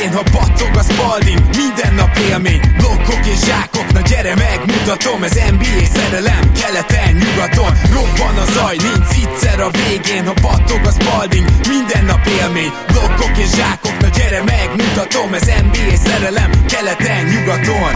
végén, ha battog a Spalding, minden nap élmény, blokkok és zsákok, na gyere megmutatom, ez NBA szerelem, keleten, nyugaton, robban a zaj, nincs egyszer a végén, ha battog a Spalding, minden nap élmény, blokkok és zsákok, na gyere megmutatom, ez NBA szerelem, keleten, nyugaton.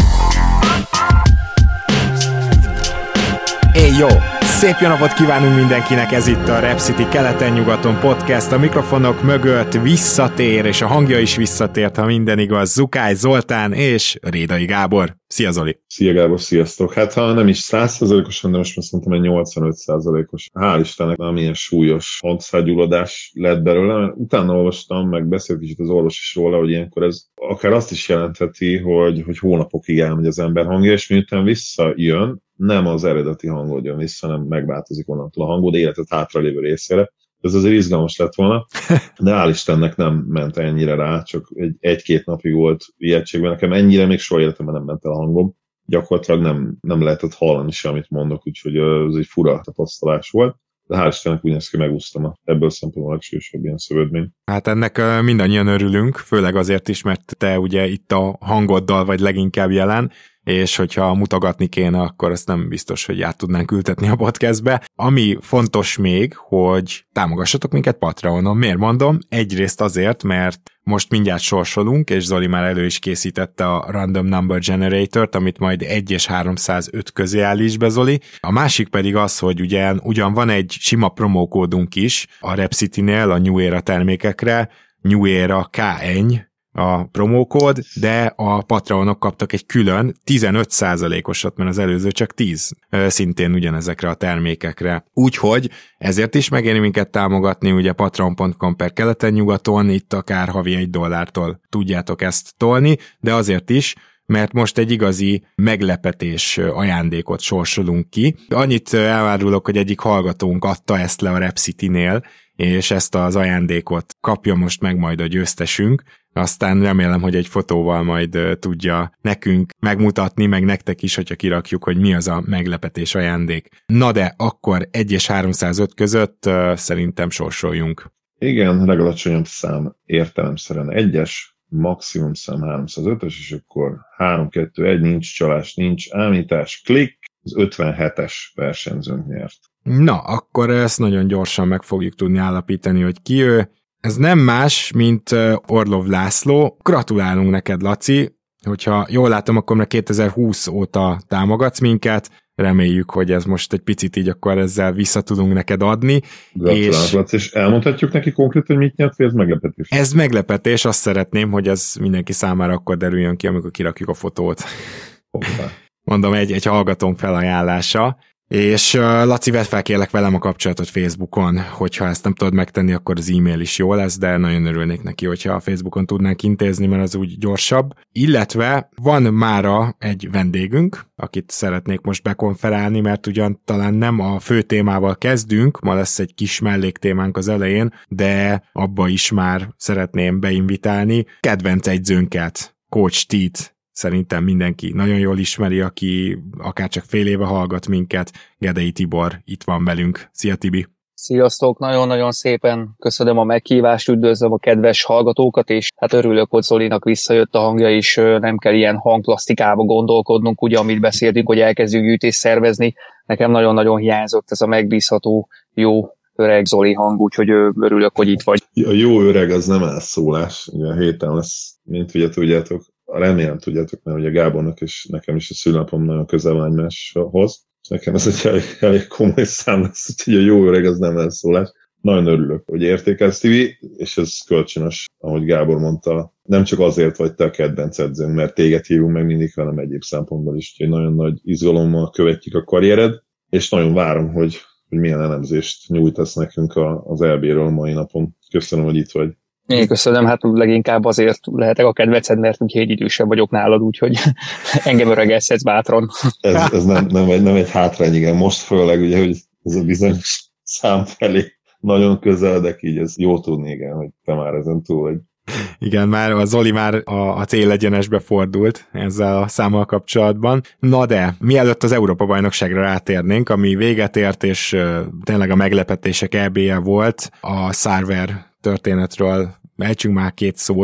Jó! Szép jó napot kívánunk mindenkinek, ez itt a Rep City keleten-nyugaton podcast, a mikrofonok mögött visszatér, és a hangja is visszatért, ha minden igaz, Zukály Zoltán és Rédai Gábor. Szia Zoli! Szia Gábor, sziasztok! Hát ha nem is 100%-os, de most szerintem egy 85%-os. Hál' Istennek nem ilyen súlyos hangszergyulladás lett belőle. Utána olvastam, meg beszélt kicsit az orvos is róla, hogy ilyenkor ez akár azt is jelentheti, hogy hónapokig elmegy az ember hangja, és miután visszajön, nem az eredeti hangod jön vissza, hanem megváltozik onnantól a hangod életed hátralévő részére. Ez azért izgalmas lett volna, de hál' Istennek nem ment ennyire rá, csak egy-két napig volt ijegységben. Nekem ennyire még soha életemben nem ment el a hangom. Gyakorlatilag nem lehetett hallani se, amit mondok, úgyhogy ez egy fura tapasztalás volt. De hál' Istennek úgy néz ki, megúsztam ebből szempontból a legsősebb ilyen szövődmény. Hát ennek mindannyian örülünk, főleg azért is, mert te ugye itt a hangoddal vagy leginkább jelen, és hogyha mutogatni kéne, akkor azt nem biztos, hogy át tudnánk ültetni a podcastbe. Ami fontos még, hogy támogassatok minket Patreonon. Miért mondom? Egyrészt azért, mert most mindjárt sorsolunk, és Zoli már elő is készítette a Random Number Generator-t, amit majd 1 és 305 közé állíts be, Zoli. A másik pedig az, hogy ugyan van egy sima promókódunk is a Rep City-nél a New Era termékekre, New Era KN a promókód, de a Patreonok kaptak egy külön 15%-osat, mert az előző csak 10, szintén ugyanezekre a termékekre. Úgyhogy ezért is megéri minket támogatni, ugye patreon.com/keleten-nyugaton, itt akár havi $1 tudjátok ezt tolni, de azért is, mert most egy igazi meglepetés ajándékot sorsolunk ki. Annyit elárulok, hogy egyik hallgatónk adta ezt le a Rep City-nél, és ezt az ajándékot kapja most meg majd a győztesünk, aztán remélem, hogy egy fotóval majd tudja nekünk megmutatni, meg nektek is, hogyha kirakjuk, hogy mi az a meglepetés ajándék. Na de akkor 1 és 305 között szerintem sorsoljunk. Igen, legalacsonyabb szám értelemszerűen 1-es, maximum szám 305-ös, és akkor 3-2-1, nincs csalás, nincs ámítás, klik, az 57-es versenyzőnk nyert. Na, akkor ezt nagyon gyorsan meg fogjuk tudni állapítani, hogy ki ő. Ez nem más, mint Orlov László. Gratulálunk neked, Laci, hogyha jól látom, akkor már 2020 óta támogatsz minket. Reméljük, hogy ez most egy picit így akkor ezzel vissza tudunk neked adni. Gratulálok, Laci, és elmondhatjuk neki konkrétan, hogy mit nyert, vagy ez meglepetés? Ez meglepetés, azt szeretném, hogy ez mindenki számára akkor derüljön ki, amikor kirakjuk a fotót. Hoppá. Mondom, egy hallgatónk felajánlása. És Laci, vedd fel kérlek velem a kapcsolatot Facebookon, hogyha ezt nem tudod megtenni, akkor az e-mail is jó lesz, de nagyon örülnék neki, hogyha a Facebookon tudnánk intézni, mert az úgy gyorsabb. Illetve van mára egy vendégünk, akit szeretnék most bekonferálni, mert ugyan talán nem a fő témával kezdünk, ma lesz egy kis melléktémánk az elején, de abba is már szeretném beinvitálni kedvenc egyzőnket, Coach T-t. Szerintem mindenki nagyon jól ismeri, aki akár csak fél éve hallgat minket. Gedei Tibor itt van velünk. Szia, Tibi! Sziasztok! Nagyon-nagyon szépen köszönöm a meghívást, üdvözlöm a kedves hallgatókat, és hát örülök, hogy Zolinak visszajött a hangja, és nem kell ilyen hangplasztikába gondolkodnunk, ugye, amit beszéltünk, hogy elkezdjük gyűjtést szervezni. Nekem nagyon-nagyon hiányzott ez a megbízható, jó öreg Zoli hang, úgyhogy örülök, hogy itt vagy. A jó öreg az nem elszólás, ugye a héten lesz, mint ugye tudjátok, remélem tudjátok, mert ugye Gábornak és nekem is a szülnapom nagyon közel van egymáshoz, és nekem ez egy elég komoly szám lesz, úgyhogy a jó öreg az nem elszólás. Nagyon örülök, hogy értékelsz, Tibi, és ez kölcsönös, ahogy Gábor mondta, nem csak azért vagy te a kedvenc edzőnk, mert téged hívunk meg mindig, hanem egyéb szempontból is, úgyhogy nagyon nagy izgalommal követjük a karriered, és nagyon várom, hogy milyen elemzést nyújtasz nekünk az EB-ről mai napon. Köszönöm, hogy itt vagy. Én köszönöm, hát leginkább azért lehetek a kedvenced, mert úgy 7 idősebb vagyok nálad, úgyhogy engem öregeszhetsz bátran. Ez nem egy hátrány, igen. Most főleg, ugye, hogy ez a bizonyos szám felé nagyon közeledek, így ez jó tudni, igen, hogy te már ezen túl vagy. Igen, már a Zoli már a célegyenesbe fordult ezzel a számmal kapcsolatban. Na de, mielőtt az Európa-bajnokságra rátérnénk, ami véget ért, és tényleg a meglepetések EB-je volt, a Sarver történetről ejtsünk már két szót.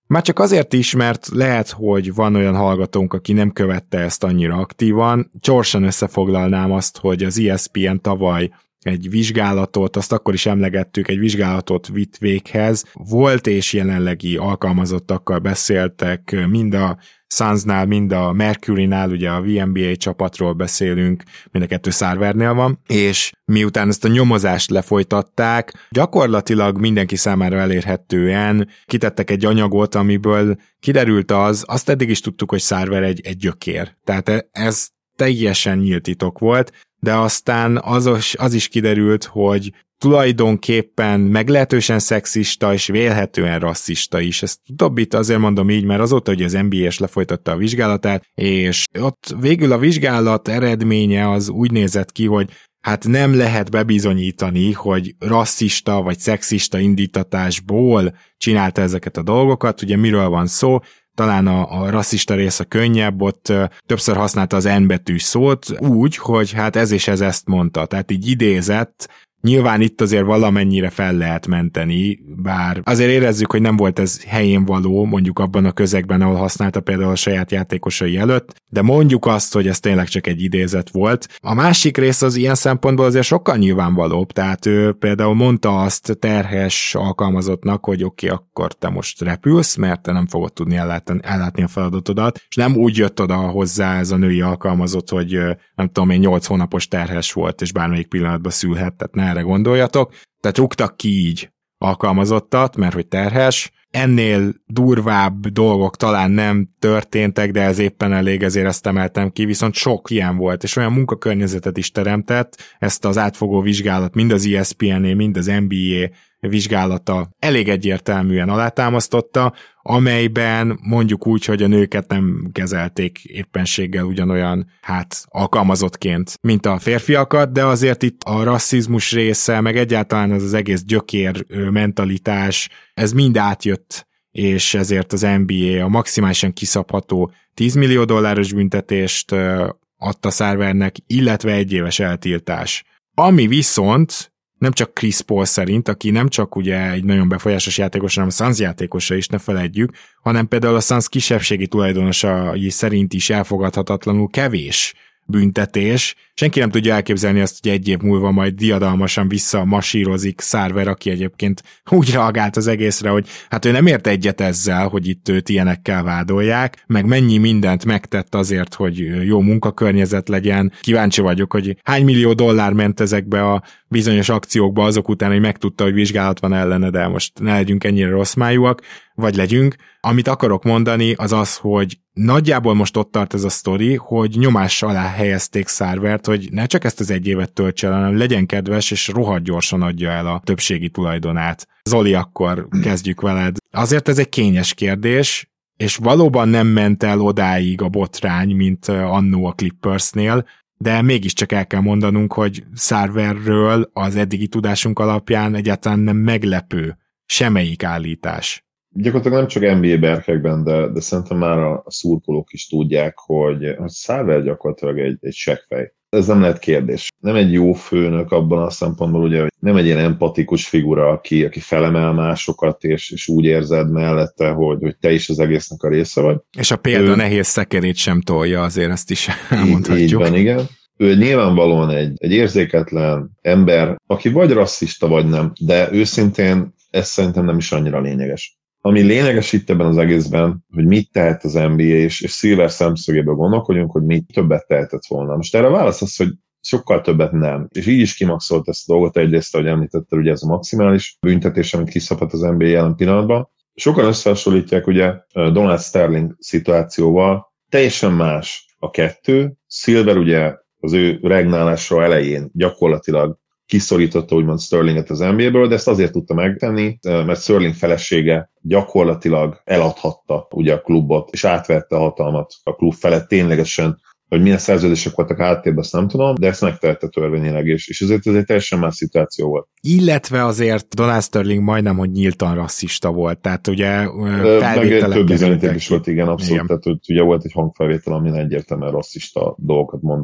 Már csak azért is, mert lehet, hogy van olyan hallgatónk, aki nem követte ezt annyira aktívan. Gyorsan összefoglalnám azt, hogy az ESPN tavaly egy vizsgálatot, azt akkor is emlegettük, egy vizsgálatot vitt véghez. Volt és jelenlegi alkalmazottakkal beszéltek, mind a Sunsnál, mind a Mercurynál, ugye a VNBA csapatról beszélünk, mind a kettő szervernél van, és miután ezt a nyomozást lefolytatták, gyakorlatilag mindenki számára elérhetően kitettek egy anyagot, amiből kiderült azt eddig is tudtuk, hogy szerver egy gyökér. Tehát ez teljesen nyílt titok volt, de aztán az is kiderült, hogy tulajdonképpen meglehetősen szexista és vélhetően rasszista is. Ezt utóbbit azért mondom így, mert azóta, hogy az NBA-s lefolytatta a vizsgálatát, és ott végül a vizsgálat eredménye az úgy nézett ki, hogy hát nem lehet bebizonyítani, hogy rasszista vagy szexista indítatásból csinálta ezeket a dolgokat. Ugye miről van szó? Talán a rasszista rész a könnyebb, ott többször használta az N betűs szót úgy, hogy hát ez és ez ezt mondta. Tehát így idézett. Nyilván itt azért valamennyire fel lehet menteni, bár azért érezzük, hogy nem volt ez helyén való, mondjuk abban a közegben, ahol használta például a saját játékosai előtt, de mondjuk azt, hogy ez tényleg csak egy idézet volt. A másik rész az ilyen szempontból azért sokkal nyilvánvalóbb, tehát ő például mondta azt terhes alkalmazottnak, hogy oké, akkor te most repülsz, mert te nem fogod tudni ellátni a feladatodat, és nem úgy jött oda hozzá ez a női alkalmazott, hogy nem tudom én 8 hónapos terhes volt, és bármelyik pillanatban szülhet, tehát ne erre gondoljatok. Tehát rúgtak ki így alkalmazottat, mert hogy terhes. Ennél durvább dolgok talán nem történtek, de ez éppen elég, ezért ezt emeltem ki, viszont sok ilyen volt, és olyan munkakörnyezetet is teremtett, ezt az átfogó vizsgálat mind az ESPN-é, mind az NBA vizsgálata elég egyértelműen alátámasztotta, amelyben mondjuk úgy, hogy a nőket nem kezelték éppenséggel ugyanolyan, alkalmazottként, mint a férfiakat, de azért itt a rasszizmus része, meg egyáltalán az egész gyökér mentalitás, ez mind átjött, és ezért az NBA a maximálisan kiszabható $10 millió büntetést adta szervernek, illetve 1 éves eltiltás. Ami viszont nem csak Chris Paul szerint, aki nem csak ugye egy nagyon befolyásos játékos, hanem a Suns játékosa is, ne feledjük, hanem például a Suns kisebbségi tulajdonosai szerint is elfogadhatatlanul kevés büntetés. Senki nem tudja elképzelni azt, hogy 1 év múlva majd diadalmasan visszamasírozik Sarver, aki egyébként úgy reagált az egészre, hogy hát ő nem ért egyet ezzel, hogy itt őt ilyenekkel vádolják, meg mennyi mindent megtett azért, hogy jó munkakörnyezet legyen. Kíváncsi vagyok, hogy hány millió dollár ment ezekbe a bizonyos akciókba azok után, hogy megtudta, hogy vizsgálat van ellene, de most ne legyünk ennyire rossz májúak, vagy legyünk. Amit akarok mondani, az az, hogy nagyjából most ott tart ez a sztori, hogy nyomás alá helyezték Sarvert, hogy ne csak ezt az 1 évet töltse el, hanem legyen kedves, és rohadt gyorsan adja el a többségi tulajdonát. Zoli, akkor kezdjük veled. Azért ez egy kényes kérdés, és valóban nem ment el odáig a botrány, mint annó a Clippersnél, de mégiscsak el kell mondanunk, hogy Sarverről az eddigi tudásunk alapján egyáltalán nem meglepő semmelyik állítás. Gyakorlatilag nem csak NBA berkekben, de szerintem már a szurkolók is tudják, hogy Sarver gyakorlatilag egy seggfej. Ez nem lehet kérdés. Nem egy jó főnök abban a szempontból, ugye, hogy nem egy ilyen empatikus figura, aki felemel másokat, és úgy érzed mellette, hogy te is az egésznek a része vagy. És a példa nehéz szekerét sem tolja, azért ezt is elmondhatjuk. Így van, igen. Ő nyilvánvalóan egy érzéketlen ember, aki vagy rasszista, vagy nem, de őszintén ez szerintem nem is annyira lényeges. Ami lényeges itt ebben az egészben, hogy mit tehet az NBA, és Silver szemszögéből gondolkodjunk, hogy mit többet tehetett volna. Most erre a válasz az, hogy sokkal többet nem. És így is kimaxolt ezt a dolgot, egyrészt, ahogy említetted, ugye ez a maximális büntetés, amit kiszabhat az NBA jelen pillanatban. Sokan összehasonlítják ugye Donald Sterling szituációval. Teljesen más a kettő. Silver ugye az ő regnálása elején gyakorlatilag kiszorította úgymond Sterlinget az NBA-ből, de ezt azért tudta megtenni, mert Sterling felesége gyakorlatilag eladhatta ugye a klubot, és átvette a hatalmat a klub felett ténylegesen, hogy milyen szerződések voltak háttérben, azt nem tudom, de ezt megtehette törvényileg, és ezért ez egy teljesen más szituáció volt. Illetve azért Donald Sterling majdnem, hogy nyíltan rasszista volt, tehát ugye felvételek több bizonyíték is volt, igen, abszolút, igen. Tehát ugye volt egy hangfelvétel, amin egyértelműen rasszista dolgokat mondott.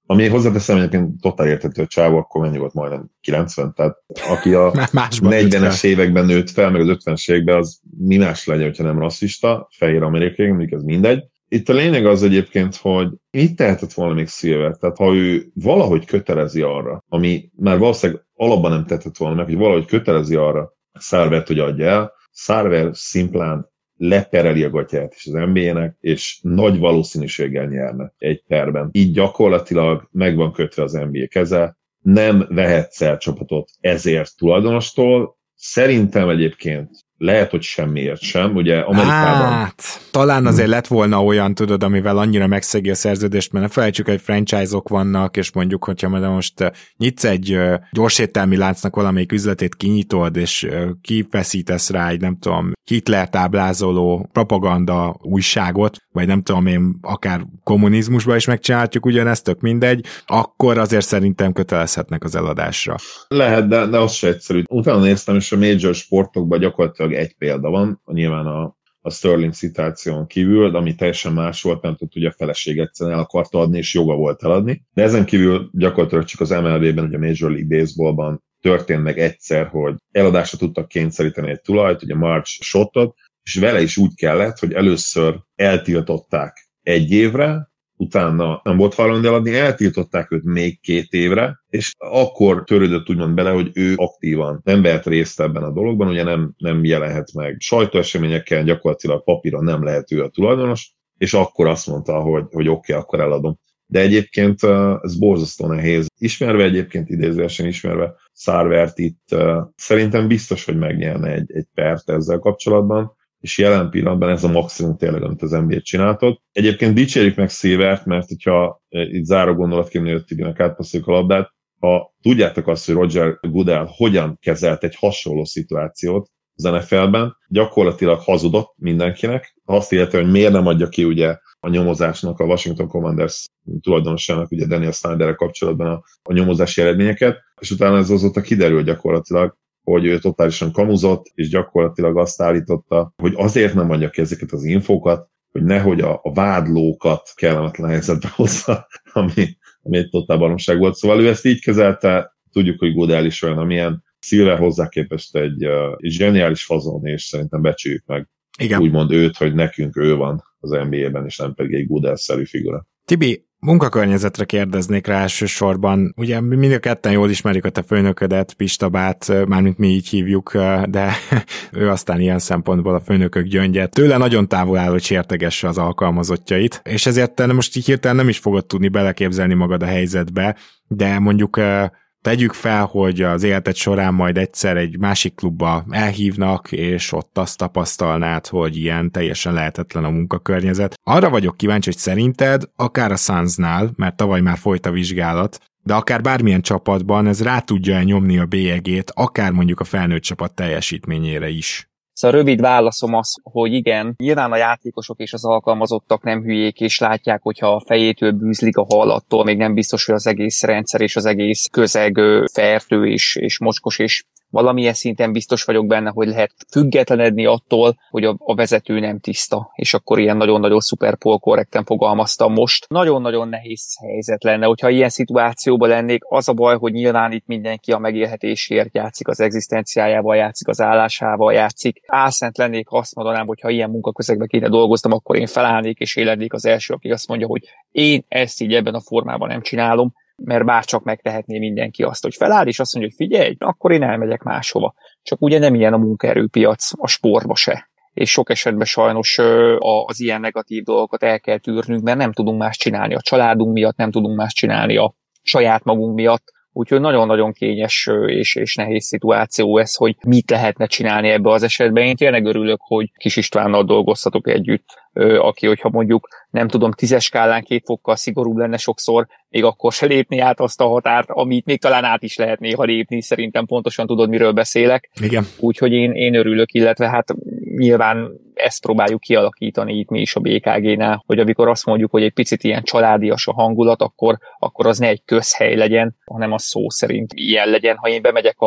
Ami hozzáteszem, egyébként totál értető csávó, akkor mennyi volt, majdnem 90, tehát aki a 40-es években nőtt fel, meg az 50-es években, az mi más legyen, hogyha nem rasszista, fehér amerikai, mondjuk ez mindegy. Itt a lényeg az egyébként, hogy mit tehetett volna még Silver? Tehát ha ő valahogy kötelezi arra, ami már valószínűleg alapban nem tehetett volna meg, hogy valahogy kötelezi arra Sarvert, hogy adja el, Sarver szimplán lepereli a gatyát is az NBA-nek, és nagy valószínűséggel nyerne egy perben. Így gyakorlatilag meg van kötve az NBA keze, nem vehetsz el csapatot ezért tulajdonostól. Szerintem egyébként lehet, hogy semmiért sem, ugye Amerikában... Hát, talán azért lett volna olyan, tudod, amivel annyira megszegi a szerződést, mert ne felejtsük, hogy franchise-ok vannak, és mondjuk, hogyha most nyitsz egy gyorséttelmi láncnak valamelyik üzletét kinyitod, és kifeszítesz rá egy, nem tudom, Hitler táblázoló propaganda újságot, vagy nem tudom én, akár kommunizmusban is megcsinálhatjuk ugyanezt, tök mindegy, akkor azért szerintem kötelezhetnek az eladásra. Lehet, de az se egyszerű. Utána néztem, és a major sportokban gyakorlatilag egy példa van, nyilván a Sterling szituáción kívül, de ami teljesen más volt, mert ott ugye a feleség egyszerűen el akarta adni, és joga volt eladni. De ezen kívül gyakorlatilag csak az MLB-ben, ugye a Major League Baseballban történt meg egyszer, hogy eladásra tudtak kényszeríteni egy tulajt, ugye March Shottot, és vele is úgy kellett, hogy először eltiltották egy évre, utána nem volt hajlandó eladni, eltiltották őt még 2 évre, és akkor törődött úgymond bele, hogy ő aktívan nem vehet részt ebben a dologban, ugye nem jelenhet meg sajtóeseményekkel, gyakorlatilag papíron nem lehet ő a tulajdonos, és akkor azt mondta, hogy oké, akkor eladom. De egyébként ez borzasztó nehéz. Ismerve egyébként, idézőesen ismerve Sarvert itt, szerintem biztos, hogy megnyerne egy pert ezzel kapcsolatban, és jelen pillanatban ez a maximum tényleg, amit az NBA csináltott. Egyébként dicsérjük meg Silvert, mert hogyha itt záró gondolatként mielőtt Tibinek átpasszoljuk a labdát, ha tudjátok azt, hogy Roger Goodell hogyan kezelt egy hasonló szituációt az NFL-ben, gyakorlatilag hazudott mindenkinek, azt illetve, hogy miért nem adja ki ugye a nyomozásnak, a Washington Commanders tulajdonosának, ugye Daniel Snyderrel kapcsolatban a nyomozási eredményeket, és utána ez azóta kiderül gyakorlatilag, hogy ő totálisan kamuzott, és gyakorlatilag azt állította, hogy azért nem adja ki ezeket az infókat, hogy nehogy a vádlókat kellemetlen helyzetbe hozza, ami egy totál baromság volt. Szóval ő ezt így kezelte, tudjuk, hogy Goodell is olyan, amilyen Silver hozzá képest egy zseniális fazon, és szerintem becsüljük meg. Igen. Úgymond őt, hogy nekünk ő van az NBA-ben, és nem pedig egy Goodell-szerű figura. Tibi, munkakörnyezetre kérdeznék rá elsősorban. Ugye mind a ketten jól ismerjük a te főnöködet, Pistabát, mármint mi így hívjuk, de ő aztán ilyen szempontból a főnökök gyöngye. Tőle nagyon távol áll, hogy sértegesse az alkalmazottjait, és ezért te most így hirtelen nem is fogod tudni beleképzelni magad a helyzetbe, de mondjuk tegyük fel, hogy az életed során majd egyszer egy másik klubba elhívnak, és ott azt tapasztalnád, hogy ilyen teljesen lehetetlen a munkakörnyezet. Arra vagyok kíváncsi, hogy szerinted, akár a Sunsnál, mert tavaly már folyt a vizsgálat, de akár bármilyen csapatban ez rá tudja nyomni a bélyegét, akár mondjuk a felnőtt csapat teljesítményére is. Szóval rövid válaszom az, hogy igen, nyilván a játékosok és az alkalmazottak nem hülyék, és látják, hogyha a fejétől bűzlik a hallattól, még nem biztos, hogy az egész rendszer és az egész közeg fertő és mocskos, és valamilyen szinten biztos vagyok benne, hogy lehet függetlenedni attól, hogy a vezető nem tiszta, és akkor ilyen nagyon-nagyon szuper korrekten fogalmaztam most. Nagyon-nagyon nehéz helyzet lenne, hogyha ilyen szituációban lennék. Az a baj, hogy nyilván itt mindenki a megélhetésért játszik, az egzisztenciájával játszik, az állásával játszik. Álszent lennék, azt mondanám, hogy ha ilyen munkaközegben kéne dolgoztam, akkor én felállnék, és én lennék az első, aki azt mondja, hogy én ezt így ebben a formában nem csinálom, mert bárcsak megtehetné mindenki azt, hogy feláll, és azt mondja, hogy figyelj, akkor én elmegyek máshova. Csak ugye nem ilyen a munkaerőpiac, a sportba se. És sok esetben sajnos az ilyen negatív dolgokat el kell tűrnünk, mert nem tudunk más csinálni a családunk miatt, nem tudunk más csinálni a saját magunk miatt. Úgyhogy nagyon-nagyon kényes és nehéz szituáció ez, hogy mit lehetne csinálni ebbe az esetben. Én tényleg örülök, hogy Kis Istvánnal dolgoztatok együtt, aki, hogyha mondjuk, nem tudom, 10-es skálán 2 fokkal szigorúbb lenne sokszor, még akkor se lépni át azt a határt, amit még talán át is lehet néha lépni, szerintem pontosan tudod, miről beszélek. Igen. Úgyhogy én örülök, illetve hát nyilván ezt próbáljuk kialakítani itt mi is a BKG-nál, hogy amikor azt mondjuk, hogy egy picit ilyen családias a hangulat, akkor az ne egy közhely legyen, hanem az szó szerint ilyen legyen. Ha én bemegyek a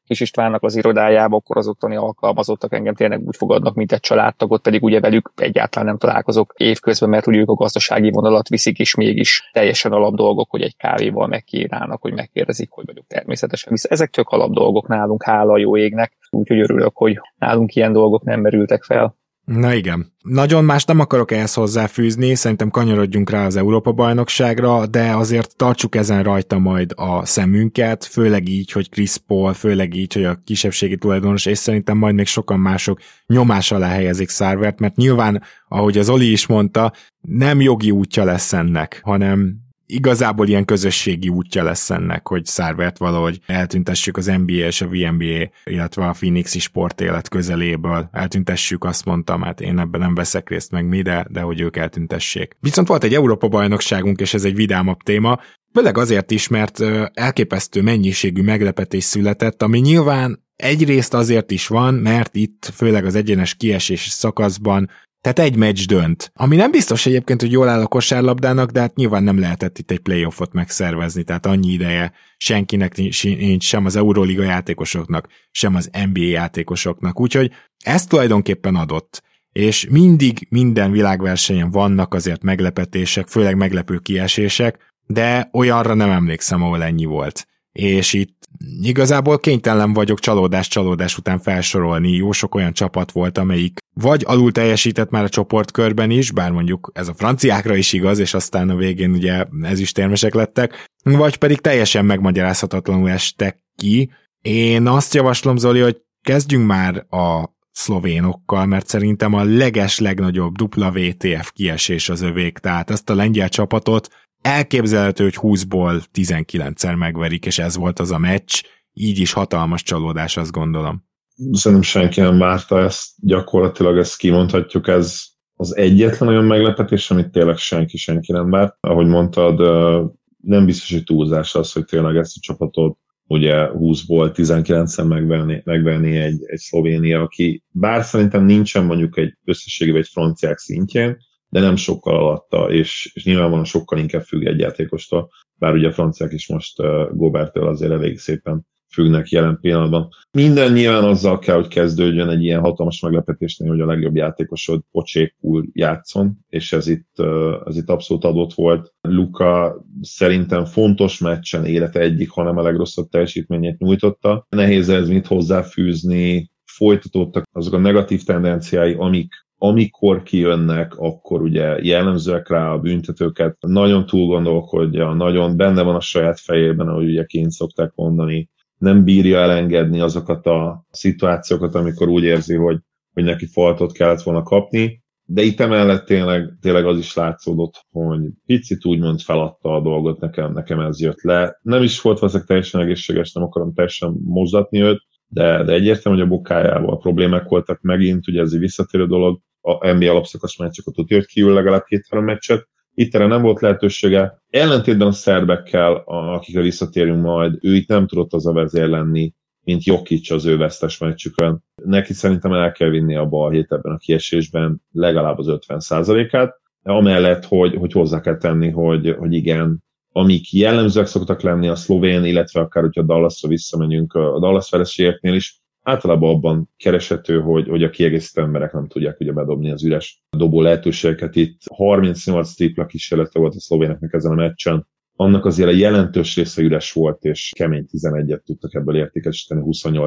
Kis Istvánnak az irodájába, akkor az ottani alkalmazottak engem tényleg úgy fogadnak, mint egy családtagot, pedig ugye velük egyáltalán nem találkozok évközben, mert ugye ők a gazdasági vonalat viszik, és mégis teljesen alap dolgok, hogy egy kávéval megkívánnak, hogy megkérdezik, hogy vagyok természetesen. Viszont ezek tök alap dolgok nálunk, hála a jó égnek, úgyhogy örülök, hogy nálunk ilyen dolgok nem merültek fel. Na igen. Nagyon más nem akarok ehhez hozzáfűzni, szerintem kanyarodjunk rá az Európa-bajnokságra, de azért tartsuk ezen rajta majd a szemünket, főleg így, hogy Chris Paul, főleg így, hogy a kisebbségi tulajdonos, és szerintem majd még sokan mások nyomás alá helyezik Sarvert, mert nyilván, ahogy az Oli is mondta, nem jogi útja lesz ennek, hanem igazából ilyen közösségi útja lesz ennek, hogy Sarvert valahogy eltüntessük az NBA és a VNBA, illetve a Phoenixi sportélet közeléből. Eltüntessük, azt mondtam, hát én ebben nem veszek részt meg mi, de hogy ők eltüntessék. Viszont volt egy Európa-bajnokságunk, és ez egy vidámabb téma, főleg azért is, mert elképesztő mennyiségű meglepetés született, ami nyilván egyrészt azért is van, mert itt főleg az egyenes kiesés szakaszban tehát egy meccs dönt. Ami nem biztos egyébként, hogy jól áll a kosárlabdának, de hát nyilván nem lehetett itt egy playoffot megszervezni, tehát annyi ideje senkinek nincs, sem az Euróliga játékosoknak, sem az NBA játékosoknak. Úgyhogy ez tulajdonképpen adott. És mindig minden világversenyen vannak azért meglepetések, főleg meglepő kiesések, de olyanra nem emlékszem, ahol ennyi volt. És itt igazából kénytelen vagyok csalódás után felsorolni, jó sok olyan csapat volt, amelyik vagy alul teljesített már a csoportkörben is, bár mondjuk ez a franciákra is igaz, és aztán a végén ugye ezüstérmesek lettek, vagy pedig teljesen megmagyarázhatatlanul estek ki. Én azt javaslom, Zoli, hogy kezdjünk már a szlovénokkal, mert szerintem a legnagyobb WTF kiesés az övék, tehát ezt a lengyel csapatot elképzelhető, hogy 20-ból 19-szer megverik, és ez volt az a meccs, így is hatalmas csalódás, azt gondolom. Szerintem senki nem várta ezt, gyakorlatilag ezt kimondhatjuk, ez az egyetlen olyan meglepetés, amit tényleg senki nem várt. Ahogy mondtad, nem biztos, hogy túlzás az, hogy tényleg ezt a csapatot ugye 20-ból 19-szer megverni egy Szlovénia, aki bár szerintem nincsen mondjuk egy összességében egy franciák szintjén, de nem sokkal alatta, és nyilvánvalóan sokkal inkább függ egy játékostól, bár ugye a franciák is most Goberttől azért elég szépen függnek jelen pillanatban. Minden nyilván azzal kell, hogy kezdődjön egy ilyen hatalmas meglepetésnél, hogy a legjobb játékosod pocsékul játszon, és ez itt abszolút adott volt. Luka szerintem fontos meccsen élete egyik, hanem a legrosszabb teljesítményét nyújtotta. Nehéz ez mit hozzáfűzni, folytatódtak azok a negatív tendenciái, amikor kijönnek, akkor ugye jellemzőek rá a büntetőket, nagyon túl gondolkodja, nagyon benne van a saját fejében, ahogy ugye kint szokták mondani, nem bírja elengedni azokat a szituációkat, amikor úgy érzi, hogy neki faltot kellett volna kapni, de itt emellett tényleg az is látszódott, hogy picit úgymond feladta a dolgot, nekem ez jött le. Nem is volt valószínűleg teljesen egészséges, nem akarom teljesen mozdatni őt, de egyértelmű, hogy a bokájával problémák voltak megint, ugye ez egy visszatérő dolog, a NBA alapszakasz meccseket ott jött kiül legalább 2-3 meccset, itt erre nem volt lehetősége. Ellentétben a szerbekkel, akikre visszatérünk majd, ő itt nem tudott az a vezér lenni, mint Jokic az ő vesztes meccsükön. Neki szerintem el kell vinni a balhét ebben a kiesésben legalább az 50%-át, amellett, hogy hozzá kell tenni, hogy igen, amik jellemzőek szoktak lenni a szlovén, illetve akár, hogyha Dallasra visszamegyünk a Dallas vereségeknél is, általában abban kereshető, hogy a kiegészítő emberek nem tudják ugye bedobni az üres dobó lehetőségeket. Itt 38 tripla kísérlete volt a szlovéneknek ezen a meccsen. Annak azért a jelentős része üres volt, és kemény 11-et tudtak ebből értékesíteni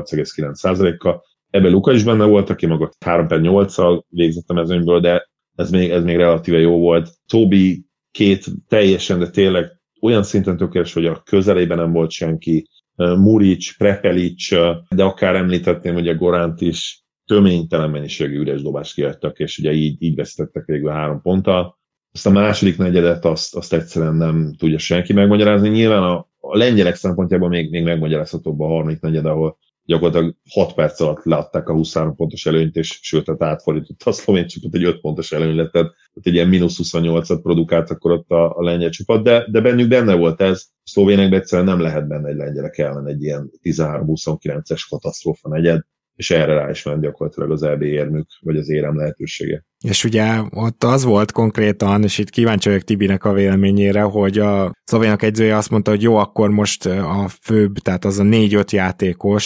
28,9%-kal. Ebben Luka is benne volt, aki maga 3/8-al végzett a mezőnyből, de ez még relatíve jó volt. Tobi teljesen, de tényleg olyan szinten tökéletes, hogy a közelében nem volt senki. Muric, Prepelic, de akár említetném, hogy a Goránt is töménytelen mennyiségű üres dobást kiadtak, és ugye így vesztettek végül 3 ponttal. Azt a második negyedet azt egyszerűen nem tudja senki megmagyarázni. Nyilván a lengyelek szempontjából még megmagyarázhatóbb a harmadik negyed, ahol gyakorlatilag 6 perc alatt leadták a 23 pontos előnyt, és sőt, átfordította a szlovén csapat, egy 5 pontos előny lett, tehát egy ilyen -28-at produkált akkor ott a lengyel csapat, de bennük benne volt ez, a szlovénekben egyszerűen nem lehet benne egy lengyelek ellen egy ilyen 13-29-es katasztrófa negyed, és erre rá is ment gyakorlatilag az EB érmük, vagy az érem lehetősége. És ugye ott az volt konkrétan, és itt kíváncsi vagyok Tibinek a véleményére, hogy a szlovénok edzője azt mondta, hogy jó, akkor most a főbb, tehát az a 4-5 játékos,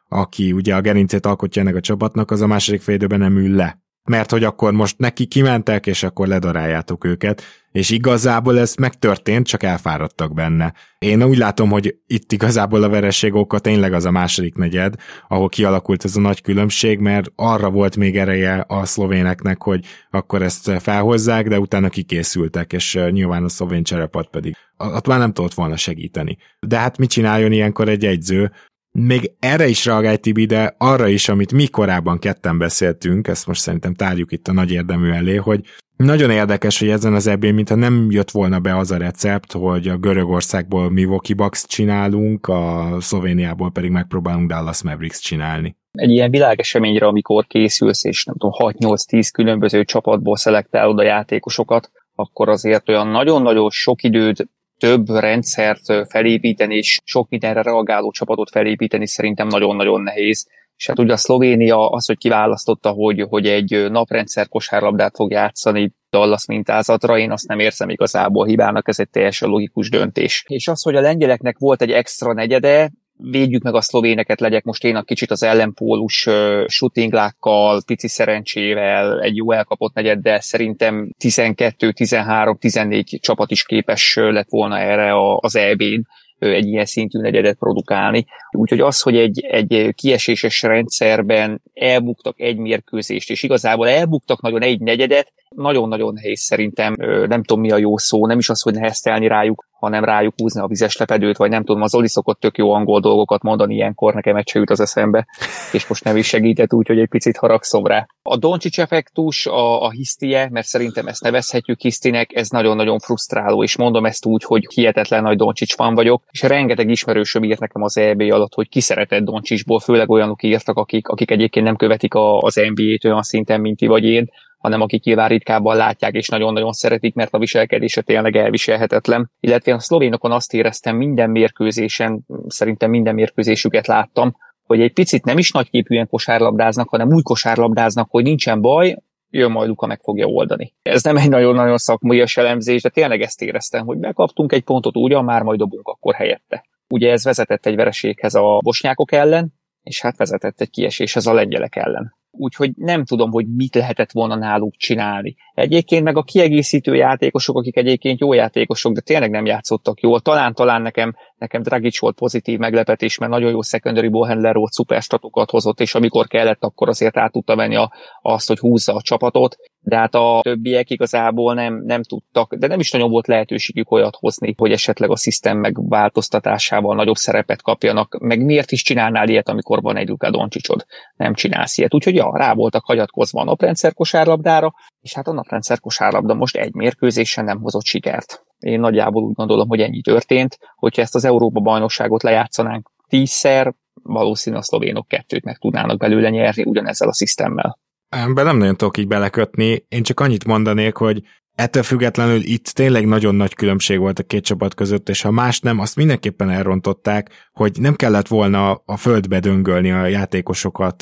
aki ugye a gerincét alkotja ennek a csapatnak, az a második fél időben nem ül le. Mert hogy akkor most neki kimentek, és akkor ledaráljátok őket, és igazából ez megtörtént, csak elfáradtak benne. Én úgy látom, hogy itt igazából a vereség oka tényleg az a második negyed, ahol kialakult ez a nagy különbség, mert arra volt még ereje a szlovéneknek, hogy akkor ezt felhozzák, de utána kikészültek, és nyilván a szlovén cserepat pedig ott már nem tudott volna segíteni. De hát mit csináljon ilyenkor egy edző? Még erre is reagálj, Tibi, de arra is, amit mi korábban ketten beszéltünk, ezt most szerintem tárjuk itt a nagy érdemű elé, hogy nagyon érdekes, hogy ezen az EB-n, mintha nem jött volna be az a recept, hogy a Görögországból Milwaukee Bucks csinálunk, a Szlovéniából pedig megpróbálunk Dallas Mavericks csinálni. Egy ilyen világeseményre, amikor készülsz, és nem tudom, 6-8-10 különböző csapatból szelektálod a játékosokat, akkor azért olyan nagyon-nagyon sok időt, több rendszert felépíteni, és sok mindenre reagáló csapatot felépíteni szerintem nagyon-nagyon nehéz. És hát ugye a Szlovénia az, hogy kiválasztotta, hogy egy naprendszer kosárlabdát fog játszani Dallas mintázatra, én azt nem érzem igazából hibának, ez egy teljesen logikus döntés. És az, hogy a lengyeleknek volt egy extra negyede, védjük meg a szlovéneket, legyek most én a kicsit az ellenpólus shootinglákkal, pici szerencsével, egy jó elkapott negyeddel, szerintem 12, 13, 14 csapat is képes lett volna erre az EB-n egy ilyen szintű negyedet produkálni. Úgyhogy az, hogy egy kieséses rendszerben elbuktak egy mérkőzést, és igazából elbuktak nagyon egy negyedet, nagyon-nagyon nehéz szerintem, nem tudom mi a jó szó, nem is az, hogy neheztelni rájuk, hanem rájuk húzni a vizes lepedőt, vagy nem tudom, az Zoli szokott tök jó angol dolgokat mondani ilyenkor, nekem egy se jut az eszembe, és most nem is segített, úgyhogy egy picit haragszom rá. A Doncic effektus, a hisztie, mert szerintem ezt nevezhetjük hisztinek, ez nagyon-nagyon frusztráló, és mondom ezt úgy, hogy hihetetlen nagy Doncic fan vagyok, és rengeteg ismerősöm írt nekem az EB alatt, hogy ki szeretett Doncicból, főleg olyanok írtak, akik egyébként nem követik az NBA-t olyan szinten, mint ti vagy én, hanem akik nyilván ritkábban látják és nagyon-nagyon szeretik, mert a viselkedése tényleg elviselhetetlen. Illetve a szlovénokon azt éreztem minden mérkőzésen, szerintem minden mérkőzésüket láttam, hogy egy picit nem is nagyképűen kosárlabdáznak, hanem úgy kosárlabdáznak, hogy nincsen baj, jön majd Luka, meg fogja oldani. Ez nem egy nagyon-nagyon szakmaias elemzés, de tényleg ezt éreztem, hogy bekaptunk egy pontot ugyan, már majd dobunk akkor helyette. Ugye ez vezetett egy vereséghez a bosnyákok ellen, és hát vezetett egy kieséshez a lengyelek ellen. Úgyhogy nem tudom, hogy mit lehetett volna náluk csinálni. Egyébként meg a kiegészítő játékosok, akik egyébként jó játékosok, de tényleg nem játszottak jól. Talán nekem Dragic volt pozitív meglepetés, mert nagyon jó secondary ballhandler volt, szuper statokat hozott, és amikor kellett, akkor azért át tudta venni azt, hogy húzza a csapatot. De hát a többiek igazából nem tudtak, de nem is nagyon volt lehetőségük olyat hozni, hogy esetleg a szisztem megváltoztatásával nagyobb szerepet kapjanak. Meg miért is csinálnál ilyet, amikor van egy Luka Doncicod? Nem csinálsz ilyet. Úgyhogy rá voltak hagyatkozva a naprendszer kosárlabdára, és hát a naprendszer kosárlabda most egy mérkőzésen nem hozott sikert. Én nagyjából úgy gondolom, hogy ennyi történt, hogyha ezt az Európa-bajnokságot lejátszanánk 10-szer, valószínűleg a szlovénok 2-t meg tudnának belőle nyerni ugyanezzel a szisztemmel. Ebben nem nagyon tudok így belekötni, én csak annyit mondanék, hogy ettől függetlenül itt tényleg nagyon nagy különbség volt a két csapat között, és ha más nem, azt mindenképpen elrontották, hogy nem kellett volna a földbe döngölni a játékosokat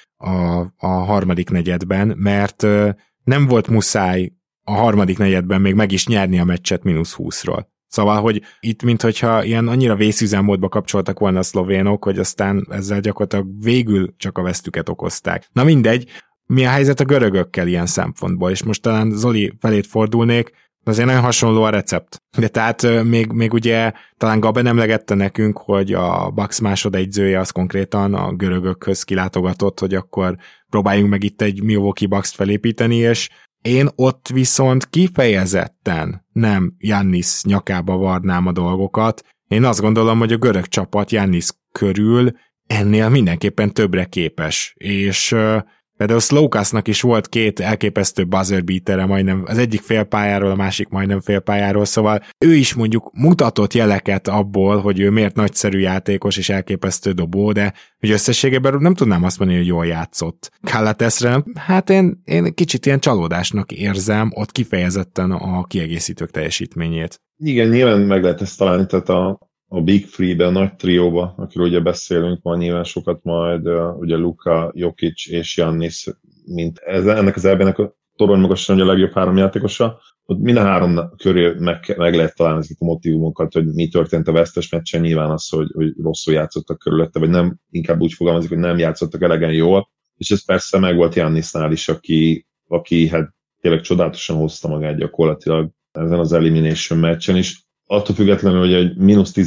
a harmadik negyedben, mert nem volt muszáj a harmadik negyedben még meg is nyerni a meccset -20-ról. Szóval, hogy itt minthogyha ilyen annyira vészüzemmódba kapcsoltak volna a szlovénok, hogy aztán ezzel gyakorlatilag végül csak a vesztüket okozták. Na mindegy, mi a helyzet a görögökkel ilyen szempontból, és most talán Zoli felét fordulnék, azért nagyon hasonló a recept. De tehát még ugye talán Gaben emlegette nekünk, hogy a Bucks másodegyzője az konkrétan a görögökhöz kilátogatott, hogy akkor próbáljunk meg itt egy Milwaukee Bucks-t felépíteni, és én ott viszont kifejezetten nem Giannis nyakába varnám a dolgokat. Én azt gondolom, hogy a görög csapat Giannis körül ennél mindenképpen többre képes, és például Slowcastnak is volt két elképesztő buzzer beatere, majdnem az egyik félpályáról, a másik majdnem félpályáról, szóval ő is mondjuk mutatott jeleket abból, hogy ő miért nagyszerű játékos és elképesztő dobó, de hogy összességében nem tudnám azt mondani, hogy jól játszott. Calatesre, hát én kicsit ilyen csalódásnak érzem ott kifejezetten a kiegészítők teljesítményét. Igen, nyilván meg lehet ezt találni, tehát a Big Three-be, a nagy trióba, akiről ugye beszélünk ma nyilván sokat majd, ugye Luka, Jokic és Giannis, mint ennek az elbenek a torony magasan a legjobb három játékosa. ott mind a három körül meg lehet találni ezeket a motivumokat, hogy mi történt a vesztes meccsen, nyilván az, hogy rosszul játszottak körülötte, vagy nem, inkább úgy fogalmazik, hogy nem játszottak elegen jól, és ez persze meg volt Giannisnál is, aki hát tényleg csodálatosan hozta magát gyakorlatilag ezen az elimination meccsen is. Attól függetlenül, hogy egy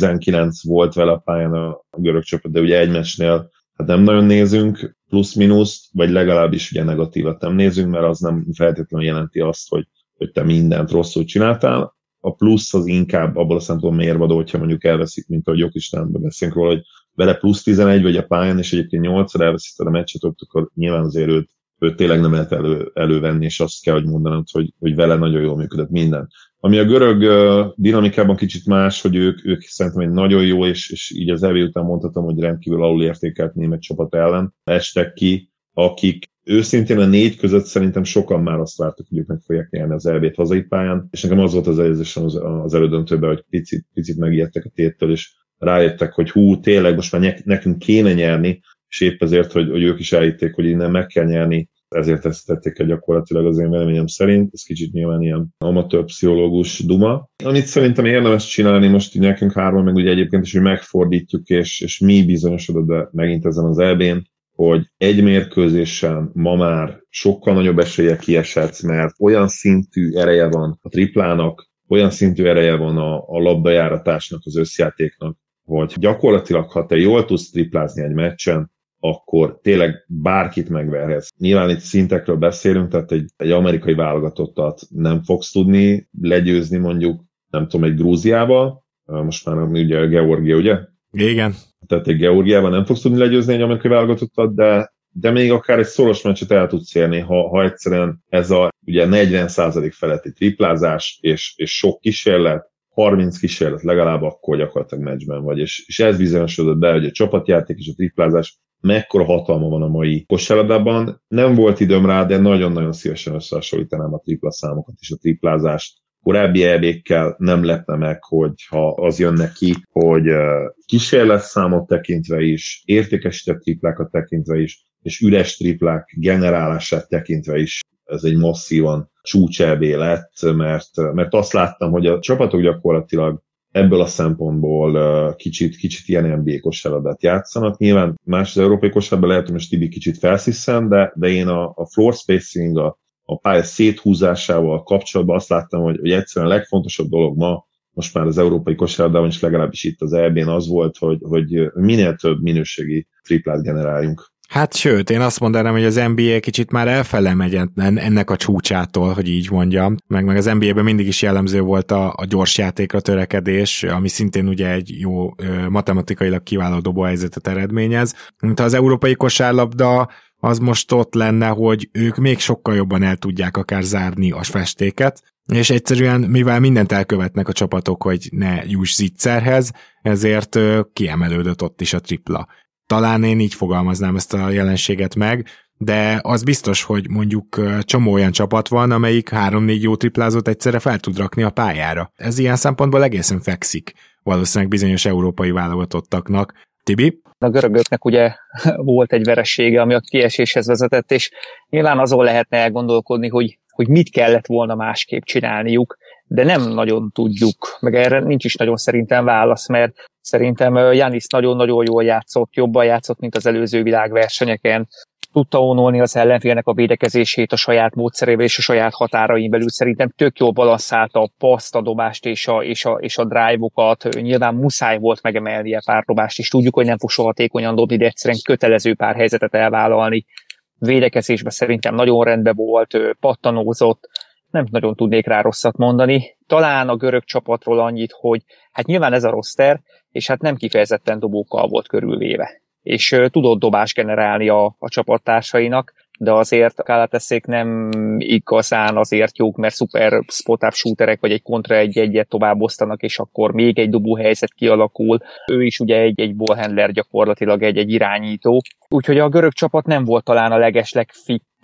-19 volt vele a pályán a görög csapat, de ugye egy meccsnél hát nem nagyon nézünk plusz-minusz, vagy legalábbis ugye negatívat nem nézünk, mert az nem feltétlenül jelenti azt, hogy te mindent rosszul csináltál. A plusz az inkább abból a szempontból mérvadó, hogyha mondjuk elveszik, mint ahogy Jokistánban beszélünk róla, hogy vele +11 vagy a pályán, és egyébként 8-szor elveszíted a meccset, akkor nyilván azért őt tényleg nem lehet elővenni, és azt kell, hogy mondanod, hogy vele nagyon jól működött minden. Ami a görög dinamikában kicsit más, hogy ők szerintem egy nagyon jó, és így az EB után mondhatom, hogy rendkívül alulértékelt német csapat ellen estek ki, akik őszintén a 4 között szerintem sokan már azt vártak, hogy ők meg fogják nyerni az EB-t hazai pályán, és nekem az volt az érzésem az elődöntőben, hogy picit megijedtek a téttől, és rájöttek, hogy tényleg most már nekünk kéne nyerni, és épp ezért, hogy ők is elhitték, hogy innen meg kell nyerni, ezért ezt tették el gyakorlatilag az én véleményem szerint. Ez kicsit nyilván ilyen amatőr pszichológus duma. Amit szerintem érdemes csinálni most így nekünk hárman, meg ugye egyébként is, hogy megfordítjuk, és mi bizonyosodott be megint ezen az EB-n, hogy egy mérkőzésen ma már sokkal nagyobb eséllyel kieshetsz, mert olyan szintű ereje van a triplának, olyan szintű ereje van a labdajáratásnak, az összjátéknak, hogy gyakorlatilag, ha te jól tudsz triplázni egy meccsen, akkor tényleg bárkit megverhetsz. Nyilván itt szintekről beszélünk, tehát egy amerikai válogatottat nem fogsz tudni legyőzni mondjuk, nem tudom, egy Grúziával, most már ugye Georgia, ugye? Igen. Tehát egy Georgiával nem fogsz tudni legyőzni egy amerikai válogatottat, de még akár egy szoros meccset el tudsz érni, ha egyszerűen ez a ugye 40% feletti triplázás és sok kísérlet, 30 kísérlet legalább, akkor gyakorlatilag meccsben vagy. És ez bizonyosodott be, hogy a csapatjáték és a triplázás mekkora hatalma van a mai kosárlabdában. Nem volt időm rá, de nagyon-nagyon szívesen összehasonlítanám a tripla számokat és a triplázást. Korábbi EB-kkel nem lepne meg, hogyha az jön neki, hogy kísérletszámot tekintve is, értékesített triplákat tekintve is, és üres triplák generálását tekintve is ez egy masszívan csúcs EB lett, mert azt láttam, hogy a csapatok gyakorlatilag ebből a szempontból kicsit ilyen NBA kosárlabdát játszanak. Nyilván más az európai kosárlabdában lehet, hogy most Tibi kicsit felsziszen, de én a floor spacing, a pálya széthúzásával kapcsolatban azt láttam, hogy egyszerűen a legfontosabb dolog most már az európai kosárlabdában, és legalábbis itt az EB-n az volt, hogy minél több minőségi triplát generáljunk. Hát sőt, én azt mondanám, hogy az NBA kicsit már elfele megy ennek a csúcsától, hogy így mondjam. Meg az NBA-ben mindig is jellemző volt a gyors játékra törekedés, ami szintén ugye egy jó matematikailag kiváló dobóhelyzetet eredményez. Mint az európai kosárlabda az most ott lenne, hogy ők még sokkal jobban el tudják akár zárni a festéket, és egyszerűen, mivel mindent elkövetnek a csapatok, hogy ne juss zicserhez, ezért kiemelődött ott is a tripla. Talán én így fogalmaznám ezt a jelenséget meg, de az biztos, hogy mondjuk csomó olyan csapat van, amelyik 3-4 jó triplázót egyszerre fel tud rakni a pályára. Ez ilyen szempontból egészen fekszik valószínűleg bizonyos európai válogatottaknak. Tibi? A görögöknek ugye volt egy veresége, ami a kieséshez vezetett, és nyilván azon lehetne elgondolkodni, hogy mit kellett volna másképp csinálniuk, de nem nagyon tudjuk, meg erre nincs is nagyon szerintem válasz, mert szerintem Giannis nagyon-nagyon jól játszott, jobban játszott, mint az előző világversenyeken, tudta vonolni az ellenfélnek a védekezését a saját módszerével és a saját határain belül. Szerintem tök jól balanszálta a paszt, a dobást és a drive-okat. Nyilván muszáj volt megemelnie pár dobást, és tudjuk, hogy nem fog soha hatékonyan dobni, de egyszerűen kötelező pár helyzetet elvállalni. Védekezésben szerintem nagyon rendben volt, pattanózott, nem nagyon tudnék rá rosszat mondani. Talán a görög csapatról annyit, hogy hát nyilván ez a roster, és hát nem kifejezetten dobókkal volt körülvéve. És tudott dobást generálni a csapattársainak, de azért a Kálateszék nem igazán azért jók, mert szuper spot-up shooterek, vagy egy kontra egy-egyet tovább osztanak, és akkor még egy dobóhelyzet kialakul. Ő is ugye egy ballhandler, gyakorlatilag egy irányító. Úgyhogy a görög csapat nem volt talán a legeslegfittebb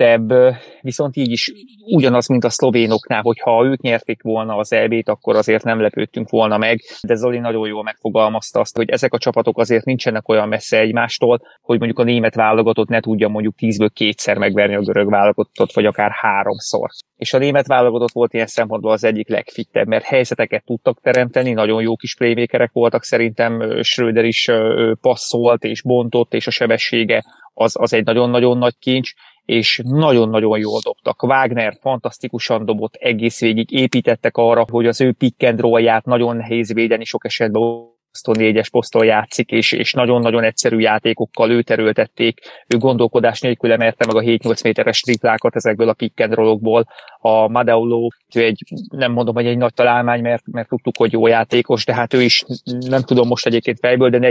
legfittebb, viszont így is ugyanaz, mint a szlovénoknál, hogyha ők nyerték volna az EB-t, akkor azért nem lepődtünk volna meg, de Zoli nagyon jól megfogalmazta azt, hogy ezek a csapatok azért nincsenek olyan messze egymástól, hogy mondjuk a német válogatott ne tudja mondjuk 10-ből 2-szer megverni a görög válogatottat, vagy akár 3-szor. És a német válogatott volt ilyen szempontból az egyik legfittebb, mert helyzeteket tudtak teremteni, nagyon jó kis playmakerek voltak, szerintem Schröder is passzolt és bontott, és a sebessége az egy nagyon-nagyon nagy kincs, és nagyon-nagyon jól dobtak. Wagner fantasztikusan dobott, egész végig építettek arra, hogy az ő pick and roll-ját nagyon nehéz védeni, sok esetben poszton, 4-es poszton játszik, és nagyon-nagyon egyszerű játékokkal őt erőltették. Ő gondolkodás nélkül emerte meg a 7-8 méteres triplákat ezekből a pick and rollokból. A Madeolo, ő nem mondom, hogy egy nagy találmány, mert tudtuk, hogy jó játékos, de hát ő is, nem tudom most egyébként fejből, de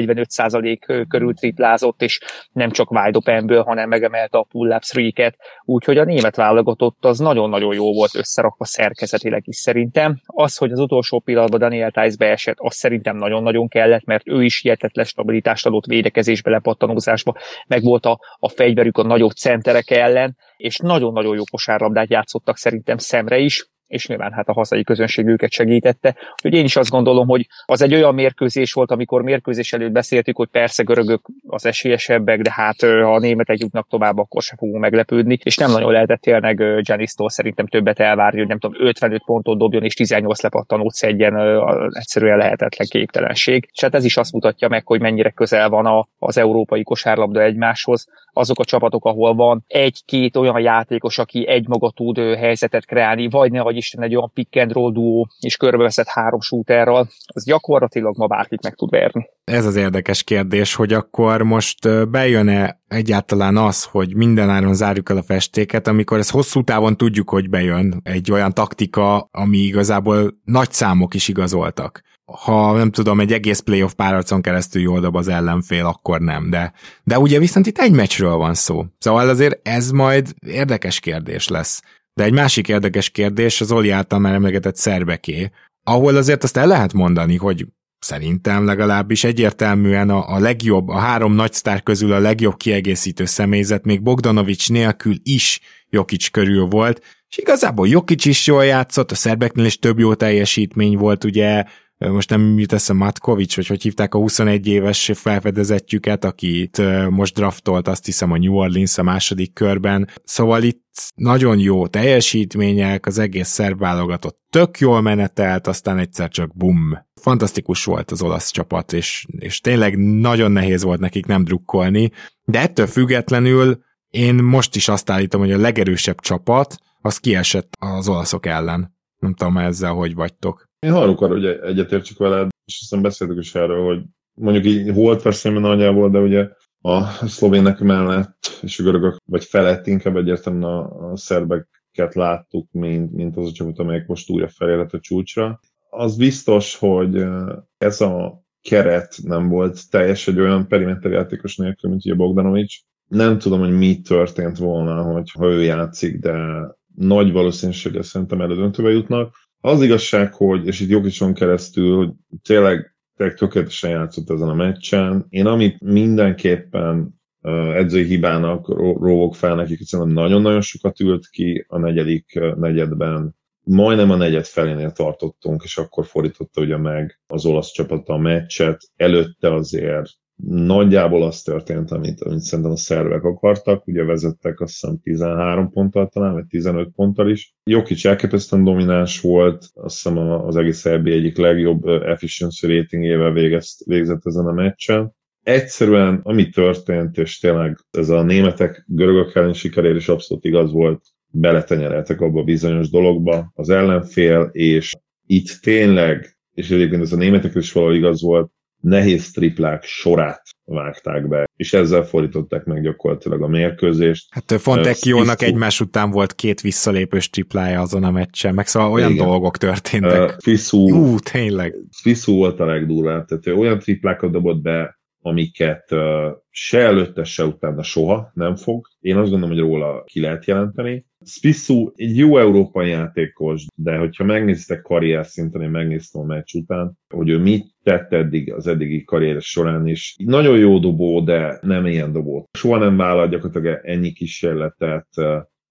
45% körül triplázott, és nem csak wide openből, hanem megemelte a pull-up streaket. Úgyhogy a német válogatott az nagyon-nagyon jó volt összerakva szerkezetileg is szerintem. Az, hogy az utolsó pillanatban Daniel Theis beesett, az szerintem nagyon-nagyon kellett, mert ő is hihetetlen stabilitást adott védekezésbe, lepattanózásba, meg volt a fegyverük a nagyobb centerek ellen, és nagyon-nagyon jó kosárlabdát játszottak szerintem szemre is, és nyilván hát a hazai közönség őket segítette. Úgyhogy én is azt gondolom, hogy az egy olyan mérkőzés volt, amikor mérkőzés előtt beszéltük, hogy persze görögök az esélyesebbek, de hát ha a németek jutnak tovább, akkor sem fogunk meglepődni, és nem nagyon lehetett tényleg Giannisztól szerintem többet elvárni, hogy nem tudom, 55 pontot dobjon és 18 lepattanót szedjen, egyszerűen lehetetlen képtelenség. És hát ez is azt mutatja meg, hogy mennyire közel van az európai kosárlabda egymáshoz. Azok a csapatok, ahol van egy-két olyan játékos, aki egymaga tud helyzetet kreálni, vagy nehogy Isten egy olyan pick and roll duó, és körbeveszett 3 shooterral, az gyakorlatilag ma bárkit meg tud verni. Ez az érdekes kérdés, hogy akkor most bejön-e egyáltalán az, hogy mindenáron zárjuk el a festéket, amikor ez hosszú távon tudjuk, hogy bejön egy olyan taktika, ami igazából nagy számok is igazoltak. Ha nem tudom, egy egész playoff párharcon keresztül jól dob az ellenfél, akkor nem, de ugye viszont itt egy meccsről van szó. Szóval azért ez majd érdekes kérdés lesz. De egy másik érdekes kérdés az Oli által már emlegetett szerbeké, ahol azért azt el lehet mondani, hogy szerintem legalábbis egyértelműen a legjobb, a 3 nagy sztár közül a legjobb kiegészítő személyzet még Bogdanovics nélkül is Jokic körül volt, és igazából Jokic is jól játszott, a szerbeknél is több jó teljesítmény volt, ugye most nem jut eszembe Matkovics, vagy hogy hívták a 21 éves felfedezettjüket, akit most draftolt, azt hiszem a New Orleans a második körben. Szóval itt nagyon jó teljesítmények, az egész szerb válogatott tök jól menetelt, aztán egyszer csak bum. Fantasztikus volt az olasz csapat, és tényleg nagyon nehéz volt nekik nem drukkolni, de ettől függetlenül én most is azt állítom, hogy a legerősebb csapat az kiesett az olaszok ellen. Nem tudom, ezzel hogy vagytok. Én hallok arra, hogy egyetértsük veled, és aztán beszéltük is erről, hogy mondjuk így volt versenyben nagyjából, de ugye a szlovének mellett, és a görögök, vagy felett inkább egyértelműen a szerbeket láttuk, mint az a csapat, amelyek most újra felérhet a csúcsra. Az biztos, hogy ez a keret nem volt teljes egy olyan periméter játékos nélkül, mint ugye Bogdanovics. Nem tudom, hogy mi történt volna, ha ő játszik, de nagy valószínűséggel szerintem elődöntőbe jutnak. Az igazság, hogy, és itt Jokicson keresztül, hogy tényleg tökéletesen játszott ezen a meccsen. Én amit mindenképpen edzői hibának róvok fel nekik, hiszen nagyon-nagyon sokat ült ki a negyedik negyedben. Majdnem a negyed felénél tartottunk, és akkor fordította ugye meg az olasz csapat a meccset. Előtte azért nagyjából az történt, amit szerintem a szervek akartak, ugye vezettek azt hiszem 13 ponttal talán, vagy 15 ponttal is. Jokic elképesztően domináns volt, azt hiszem az egész EB egyik legjobb efficiency ratingével végzett ezen a meccsen. Egyszerűen, ami történt, és tényleg ez a németek görögök ellen sikerére is abszolút igaz volt, beletenyereltek abba a bizonyos dologba az ellenfél, és itt tényleg, és egyébként ez a németek is valahol igaz volt, nehéz triplák sorát vágták be, és ezzel fordították meg gyakorlatilag a mérkőzést. Hát Fontecchiónak egymás után volt 2 visszalépős triplája azon a meccsen, meg szóval olyan dolgok történtek. Tényleg. Fiszu volt a legdurvább, tehát olyan triplákat dobott be, amiket se előtte, se utána soha nem fog. Én azt gondolom, hogy róla ki lehet jelenteni. Spissu egy jó európai játékos, de hogyha megnézitek karrier szinten, én megnéztem a meccs után, hogy ő mit tett eddig az eddigi karrieres során is. Nagyon jó dobó, de nem ilyen dobó. Soha nem vállal gyakorlatilag ennyi kísérletet,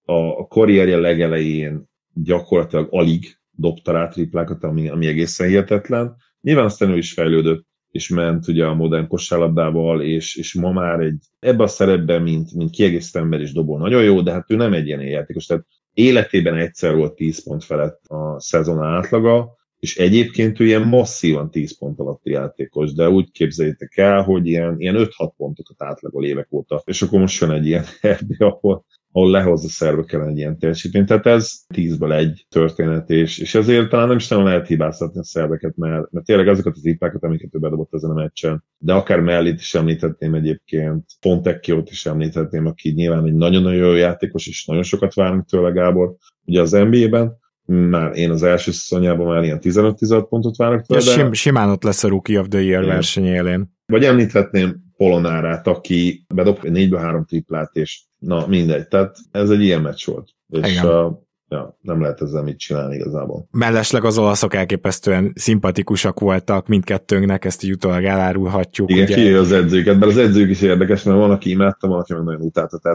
a karrierje legelején gyakorlatilag alig dobta rá triplákat, ami egészen hihetetlen. Nyilván aztán ő is fejlődött, és ment ugye a modern kosárlabdával, és ma már ebben a szerepben, mint kiegészítő ember is dobol nagyon jó, de hát ő nem egy ilyen játékos, tehát életében egyszer volt 10 pont felett a szezon átlaga, és egyébként ő ilyen masszívan 10 pont alatti játékos, de úgy képzeljétek el, hogy ilyen 5-6 pontokat átlagol évek óta, és akkor most jön egy ilyen RB, ahol lehozza szervekkel egy ilyen teljesítményt. Tehát ez 10-ből egy történet, és ezért talán nem is nagyon lehet hibáztatni a szerveket, mert tényleg azokat az tippákat, amiket ő bedobott ezen a meccsen, de akár Mellit is említhetném egyébként, Fontecchiót is említhetném, aki nyilván egy nagyon-nagyon jó játékos, és nagyon sokat várunk tőle, Gábor, ugye az NBA-ben, már én az első szezonjában már ilyen 15-16 pontot várok tőle. Simán ott lesz a Rookie of the Year verseny élén. Vagy említhetném Polonárát, aki bedob 4-3 triplát, és na mindegy. Tehát ez egy ilyen meccs volt. És nem lehet ezzel mit csinálni igazából. Mellesleg az olaszok elképesztően szimpatikusak voltak mindkettőnknek, ezt így utólag elárulhatjuk. Igen, kijöjjön az edzőket, mert az edzők is érdekes, mert van, aki imádta, van, aki meg nagyon utálta. Tehát,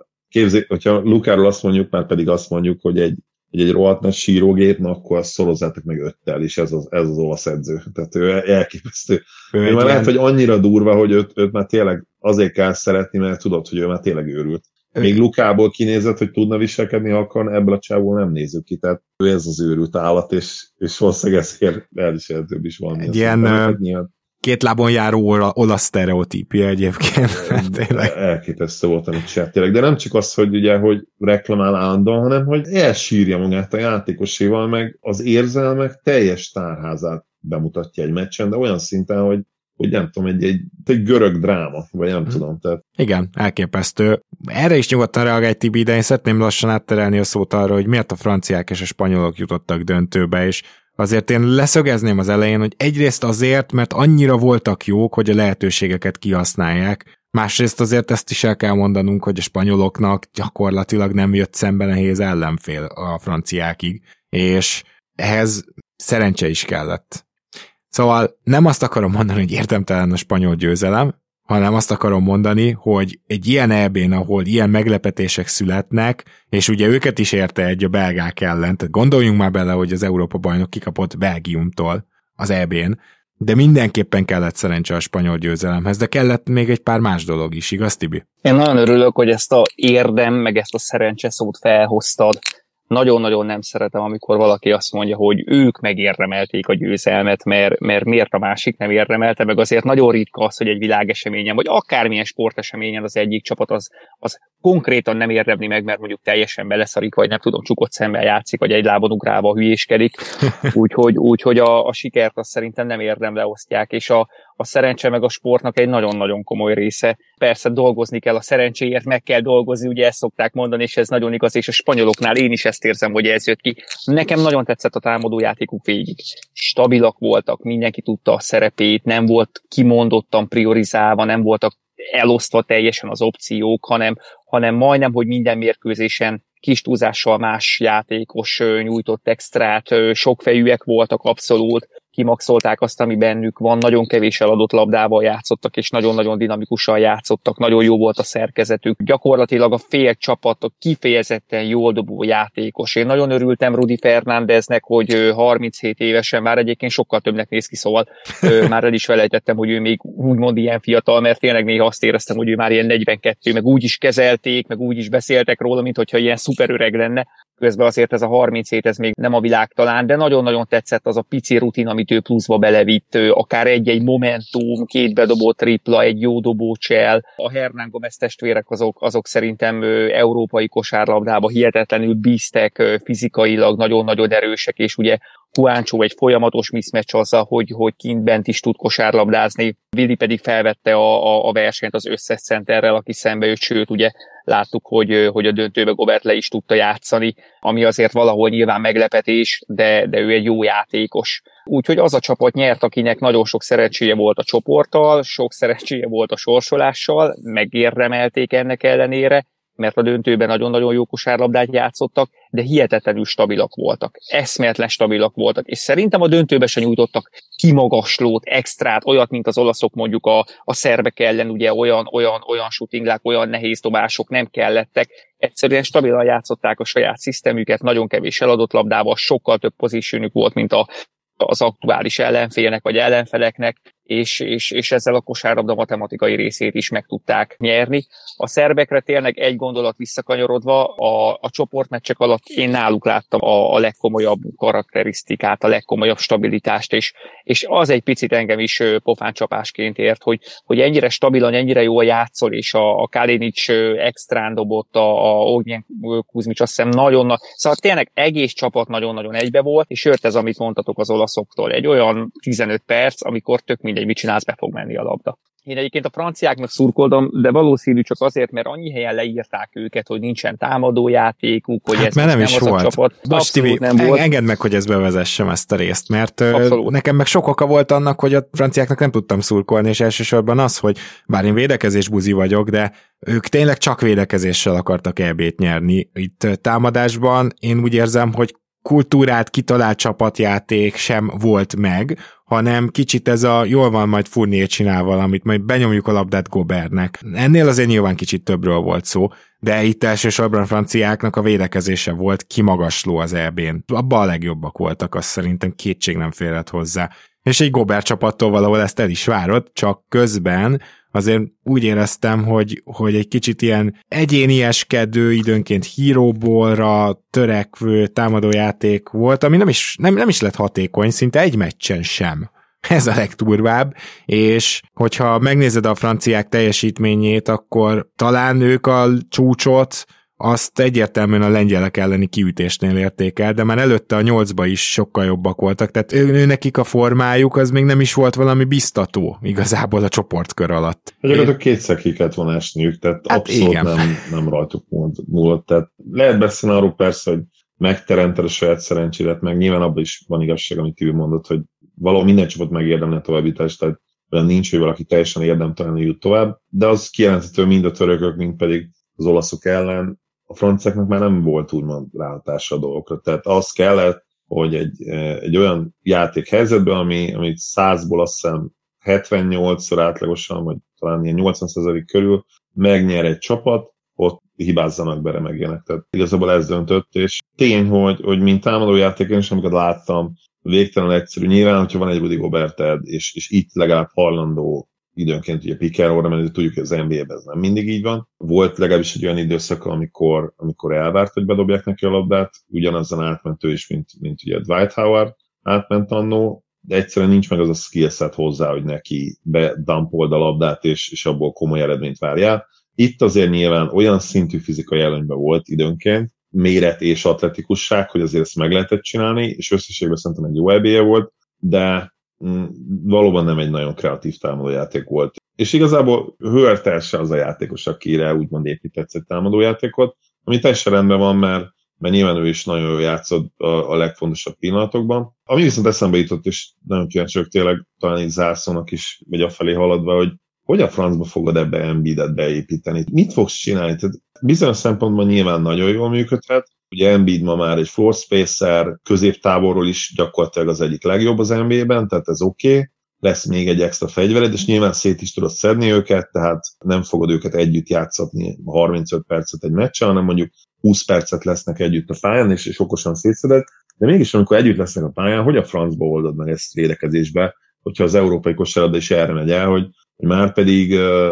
hogyha Lukáról azt mondjuk, már pedig azt mondjuk, hogy egy rohadt nagy sírógép, na akkor azt szorozzátok meg 5-tel, és ez az olasz edző. Tehát ő elképesztő. Ő már lehet, hogy annyira durva, hogy őt már tényleg azért kell szeretni, mert tudod, hogy ő már tényleg őrült. Még Lukából kinézett, hogy tudna viselkedni, ha akar, ebből a csávból nem nézzük ki. Tehát ő ez az őrült állat, és valószínűleg ezért elviselhetőbb is van. Egy ilyen két lábon járó olasz sztereotípia egyébként. Elképesztő volt, amit csinált tényleg. De nem csak az, hogy reklamál állandóan, hanem hogy elsírja magát a játékoséval, meg az érzelmek teljes tárházát bemutatja egy meccsen, de olyan szinten, hogy nem tudom, egy görög dráma, vagy nem tudom. Tehát... Igen, elképesztő. Erre is nyugodtan reagálj, Tibi, de én szeretném lassan átterelni a szót arra, hogy miért a franciák és a spanyolok jutottak döntőbe, és azért én leszögezném az elején, hogy egyrészt azért, mert annyira voltak jók, hogy a lehetőségeket kihasználják, másrészt azért ezt is el kell mondanunk, hogy a spanyoloknak gyakorlatilag nem jött szembe nehéz ellenfél a franciákig, és ehhez szerencse is kellett. Szóval nem azt akarom mondani, hogy érdemtelen a spanyol győzelem, hanem azt akarom mondani, hogy egy ilyen EB-n, ahol ilyen meglepetések születnek, és ugye őket is érte egy a belgák ellen, tehát gondoljunk már bele, hogy az Európa-bajnok kikapott Belgiumtól az EB-n, de mindenképpen kellett szerencse a spanyol győzelemhez, de kellett még egy pár más dolog is, igaz, Tibi? Én nagyon örülök, hogy ezt a érdem, meg ezt a szerencse szót felhoztad. Nagyon-nagyon nem szeretem, amikor valaki azt mondja, hogy ők megérdemelték a győzelmet, mert miért a másik nem érdemelte, meg azért nagyon ritka az, hogy egy világeseményen, vagy akármilyen sporteseményen az egyik csapat az konkrétan nem érdemli meg, mert mondjuk teljesen beleszarik, vagy nem tudom, csukott szemmel játszik, vagy egy lábon ugrálva hülyéskedik. Úgyhogy a sikert azt szerintem nem érdemle osztják, és a szerencse meg a sportnak egy nagyon-nagyon komoly része. Persze dolgozni kell a szerencséért, meg kell dolgozni, ugye ezt szokták mondani, és ez nagyon igaz, és a spanyoloknál én is ezt érzem, hogy ez jött ki. Nekem nagyon tetszett a támadójátékuk végig. Stabilak voltak, mindenki tudta a szerepét, nem volt kimondottan priorizálva, nem voltak elosztva teljesen az opciók, hanem majdnem, hogy minden mérkőzésen kis túlzással más játékos nyújtott extrát, sokfejűek voltak abszolút, kimaxolták azt, ami bennük van, nagyon kevés eladott labdával játszottak, és nagyon-nagyon dinamikusan játszottak, nagyon jó volt a szerkezetük. Gyakorlatilag a fél csapat kifejezetten jól dobó játékos. Én nagyon örültem Rudy Fernándeznek, hogy 37 évesen, már egyébként sokkal többnek néz ki, szóval már el is felejtettem, hogy ő még úgymond ilyen fiatal, mert tényleg néha azt éreztem, hogy ő már ilyen 42, meg úgy is kezelték, meg úgy is beszéltek róla, mint hogyha ilyen szuperöreg lenne. Közben azért ez a 37, ez még nem a világ talán, de nagyon-nagyon tetszett az a pici rutin, amit ő pluszba belevitt, akár egy momentum, 2 bedobott tripla, egy jó dobócsel. A Hernán Gómez testvérek azok szerintem európai kosárlabdába hihetetlenül bíztek, fizikailag nagyon-nagyon erősek, és ugye Juancho egy folyamatos mismatch azzal, hogy kint bent is tud kosárlabdázni. Willi pedig felvette a versenyt az összes centerrel, aki szembe jött, sőt, ugye láttuk, hogy a döntőbe Gobert le is tudta játszani, ami azért valahol nyilván meglepetés, de ő egy jó játékos. Úgyhogy az a csapat nyert, akinek nagyon sok szerencséje volt a csoporttal, sok szerencséje volt a sorsolással, megérdemelték ennek ellenére, mert a döntőben nagyon-nagyon jó kosárlabdát játszottak, de hihetetlenül stabilak voltak. Eszméletlen stabilak voltak, és szerintem a döntőben sem nyújtottak kimagaslót, extrát, olyat, mint az olaszok mondjuk a szerbek ellen, ugye olyan shootinglák, olyan nehéz dobások nem kellettek. Egyszerűen stabilan játszották a saját szisztemüket, nagyon kevés eladott labdával, sokkal több pozíciónük volt, mint az aktuális ellenfélnek vagy ellenfeleknek, és ezzel a kosárlabda matematikai részét is meg tudták nyerni. A szerbekre tényleg egy gondolat visszakanyarodva, a csoportmeccsek alatt én náluk láttam a legkomolyabb karakterisztikát, a legkomolyabb stabilitást, és az egy picit engem is pofáncsapásként ért, hogy ennyire stabilan, ennyire jól játszol, és a Kalinic extrán dobott, a Ognjen Kuzmics azt hiszem szóval tényleg egész csapat nagyon-nagyon egybe volt, és jött ez, amit mondtatok az olaszoktól, egy olyan 15 perc, amikor tök mindegy, mit csinálsz, be fog menni a labda. Én egyébként a franciáknak szurkoltam, de valószínű csak azért, mert annyi helyen leírták őket, hogy nincsen támadójátékuk, hogy ez nem is az volt. A csapat. Most Tibi, engedd meg, hogy ezt bevezessem ezt a részt, mert nekem meg sok oka volt annak, hogy a franciáknak nem tudtam szurkolni, és elsősorban az, hogy bár én védekezésbuzi vagyok, de ők tényleg csak védekezéssel akartak EB-t nyerni. Itt támadásban én úgy érzem, hogy kultúrát, kitalált csapatjáték sem volt meg, hanem kicsit ez a jól van, majd Fournier csinál valamit, majd benyomjuk a labdát Gobertnek. Ennél azért nyilván kicsit többről volt szó, de itt elsősorban a franciáknak a védekezése volt kimagasló az EB-n. Abban a legjobbak voltak, azt szerintem kétség nem férhet hozzá. És egy Gobert csapattól valahol ezt el is várott, csak közben azért úgy éreztem, hogy egy kicsit ilyen egyénieskedő, időnként hero-ballra törekvő támadójáték volt, ami nem is lett hatékony, szinte egy meccsen sem. Ez a legturvább, és hogyha megnézed a franciák teljesítményét, akkor talán ők a csúcsot azt egyértelműen a lengyelek elleni kiütésnél érték el, de már előtte a 8-ba is sokkal jobbak voltak, tehát nekik a formájuk az még nem is volt valami biztató igazából a csoportkör alatt. Gyakorlatilag kétszer ki kellett volna esniük, tehát hát abszolút nem rajtuk múlott. Tehát lehet beszélni arról persze, hogy megteremted a saját szerencsédet, meg nyilván abban is van igazság, amit Tibi mondott, hogy valahol minden csapat megérdemne továbbítást, tehát olyan nincs, hogy valaki teljesen érdemtelenül jut tovább, de az kijelenthető mind a törökök, mind pedig az olaszok ellen. A franciáknak már nem volt úgymond ráhatása a dolgokra. Tehát az kellett, hogy egy olyan játékhelyzetben, amit 100-ból azt hiszem 78-szor átlagosan, vagy talán ilyen 80% körül megnyer egy csapat, ott hibázzanak be, remegjenek. Tehát igazából ez döntött, és tény, hogy mint támadójáték, én is amiket láttam, végtelen egyszerű. Nyilván, hogyha van egy Rudy Goberted, és itt legalább hajlandó időnként ugye pick-and-rollra menni, tudjuk, hogy az NBA-ben ez nem mindig így van. Volt legalábbis egy olyan időszak, amikor elvárt, hogy bedobják neki a labdát, ugyanazzal átmentő is, mint ugye Dwight Howard átment annó, de egyszerűen nincs meg az a skillset hozzá, hogy neki bedumpold a labdát, és abból komoly eredményt várjál. Itt azért nyilván olyan szintű fizikai előnyben volt időnként, méret és atletikusság, hogy azért ezt meg lehetett csinálni, és összességben szerintem egy jó EB-je volt, de valóban nem egy nagyon kreatív támadójáték volt. És igazából Huertas se az a játékos, akire úgymond építetsz egy támadójátékot, ami teljesen rendben van, mert nyilván ő is nagyon jól játszott a legfontosabb pillanatokban. Ami viszont eszembe jutott, és nagyon kíváncsi vagyok tényleg, talán így zárszónak is, vagy afelé haladva, hogy a francba fogod ebbe Embiidet beépíteni? Mit fogsz csinálni? Tehát bizonyos szempontból nyilván nagyon jól működhet. Ugye Embiid ma már egy floor spacer, középtávolról is gyakorlatilag az egyik legjobb az NBA-ben, tehát ez oké. Lesz még egy extra fegyvered, és nyilván szét is tudod szedni őket, tehát nem fogod őket együtt játszatni 35 percet egy meccsen, hanem mondjuk 20 percet lesznek együtt a pályán, és okosan szétszeded. De mégis, amikor együtt lesznek a pályán, hogy a francba oldod meg ezt védekezésbe, hogyha az európai kosárlabda is erre megy el, hogy már pedig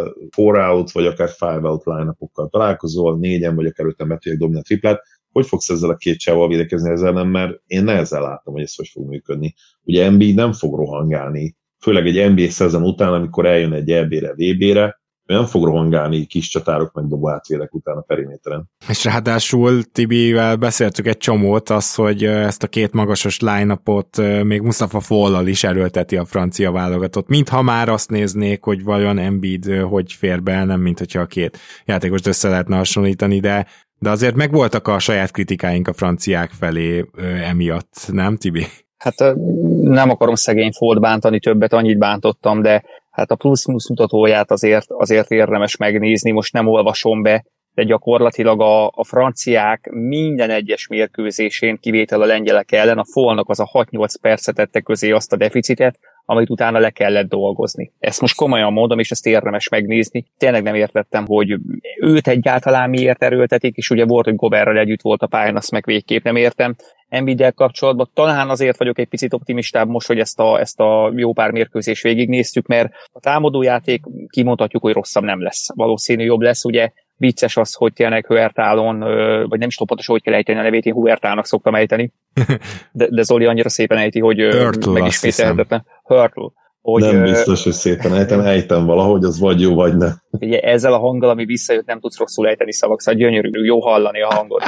4-out, vagy akár 5-out line-upokkal találkozol, 4-en, vagy akár 5-en be tudják dobni a triplát, hogy fogsz ezzel a két csával védekezni ezzel nem, mert én nehezen látom, hogy ez hogy fog működni. Ugye Embiid nem fog rohangálni, főleg egy NBA szezon után, amikor eljön egy EB-re, VB-re, nem fog rohangálni kis csatárok meg dobó átvédek után a periméteren. És ráadásul Tibivel beszéltük egy csomót, hogy ezt a két magasos line-upot még Mustafa Fall-lal is erőlteti a francia válogatott. Mintha már azt néznék, hogy vajon Embiid hogy fér be, nem mint hogyha a két játékost össze lehetne hasonlítani, de azért megvoltak a saját kritikáink a franciák felé emiatt, nem Tibi? Hát nem akarom szegény Fallt bántani, többet annyit bántottam, de hát a plusz-minusz mutatóját azért érdemes megnézni, most nem olvasom be de gyakorlatilag a franciák minden egyes mérkőzésén, kivétel a lengyelek ellen, a Fallnak az a 6-8 percet tette közé azt a deficitet, amit utána le kellett dolgozni. Ezt most komolyan mondom, és ezt érdemes megnézni. Tényleg nem értettem, hogy őt egyáltalán miért erőltetik, és ugye volt, hogy Goberrel együtt volt a pályán, azt meg végképp nem értem. Embiiddel kapcsolatban talán azért vagyok egy picit optimistább most, hogy ezt a jó pár mérkőzést végignéztük, mert a támadójáték kimondhatjuk, hogy rosszabb nem lesz. Valószínű jobb lesz, ugye vicces az, hogy tényleg Huertálon, vagy nem is tudom pontosan, hogy kell ejteni a nevét, én Huertának szoktam ejteni, de Zoli annyira szépen ejti, hogy megismételhetetlen. Hurtle. Nem biztos, hogy szépen ejtem valahogy, az vagy jó, vagy nem. Ugye ezzel a hanggal, ami visszajött, nem tudsz rosszul ejteni szavak, szóval gyönyörű, jó hallani a hangot.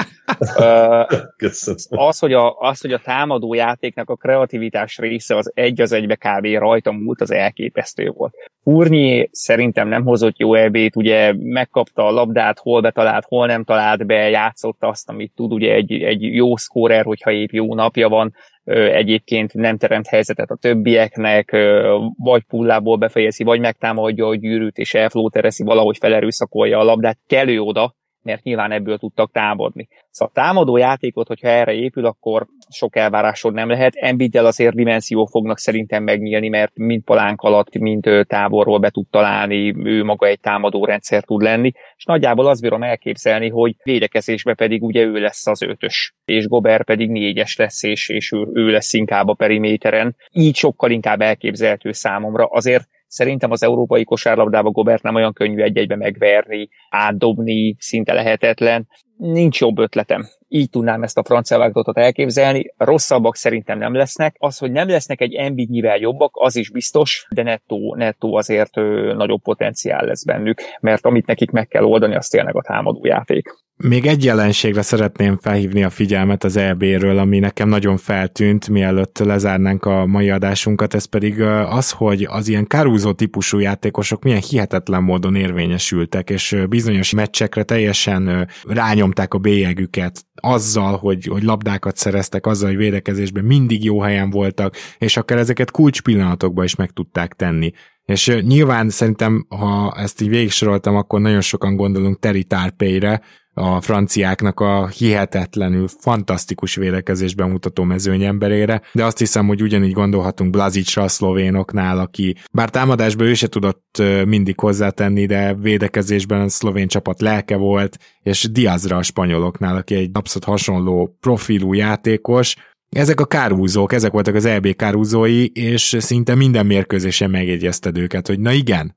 Az, hogy a támadó játéknak a kreativitás része az egy egybe kb. Rajta múlt, az elképesztő volt. Fournier szerintem nem hozott jó EB-t, ugye megkapta a labdát, hol betalált, hol nem talált be, játszotta azt, amit tud, ugye egy jó szkórer, hogyha épp jó napja van, egyébként nem teremt helyzetet a többieknek, vagy pullából befejezi, vagy megtámadja a gyűrűt, és elflótereszi, valahogy felerőszakolja a labdát, kell ő oda, mert nyilván ebből tudtak támadni. Szóval a támadó játékot, hogyha erre épül, akkor sok elvárásod nem lehet. Embiiddel azért dimenziók fognak szerintem megnyílni, mert mind palánk alatt, mind távolról be tud találni, ő maga egy támadó rendszer tud lenni, és nagyjából azt bírom elképzelni, hogy védekezésben pedig ugye ő lesz az 5-ös, és Gobert pedig 4-es lesz, és ő lesz inkább a periméteren. Így sokkal inkább elképzelhető számomra. Azért szerintem az európai kosárlabdába Gobert nem olyan könnyű egy-egybe megverni, átdobni, szinte lehetetlen. Nincs jobb ötletem. Így tudnám ezt a francia változatot elképzelni. Rosszabbak szerintem nem lesznek. Az, hogy nem lesznek egy Embiidnyivel jobbak, az is biztos, de nettó azért nagyobb potenciál lesz bennük, mert amit nekik meg kell oldani, az tényleg a támadójáték. Még egy jelenségre szeretném felhívni a figyelmet az EB-ről, ami nekem nagyon feltűnt, mielőtt lezárnánk a mai adásunkat, ez pedig az, hogy az ilyen Caruso típusú játékosok milyen hihetetlen módon érvényesültek, és bizonyos meccsekre teljesen rányomták a bélyegüket azzal, hogy labdákat szereztek, azzal, hogy védekezésben mindig jó helyen voltak, és akár ezeket kulcspillanatokban is meg tudták tenni. És nyilván szerintem, ha ezt így végigsoroltam, akkor nagyon sokan gondolunk Terry Tarpeyre, a franciáknak a hihetetlenül fantasztikus védekezésben mutató mezőnyemberére, de azt hiszem, hogy ugyanígy gondolhatunk Blazicra a szlovénoknál, aki bár támadásban ő se tudott mindig hozzátenni, de védekezésben a szlovén csapat lelke volt, és Diazra a spanyoloknál, aki egy abszolút hasonló profilú játékos. Ezek a Caruzók, ezek voltak az EB Caruzói, és szinte minden mérkőzésen megjegyezted őket, hogy na igen,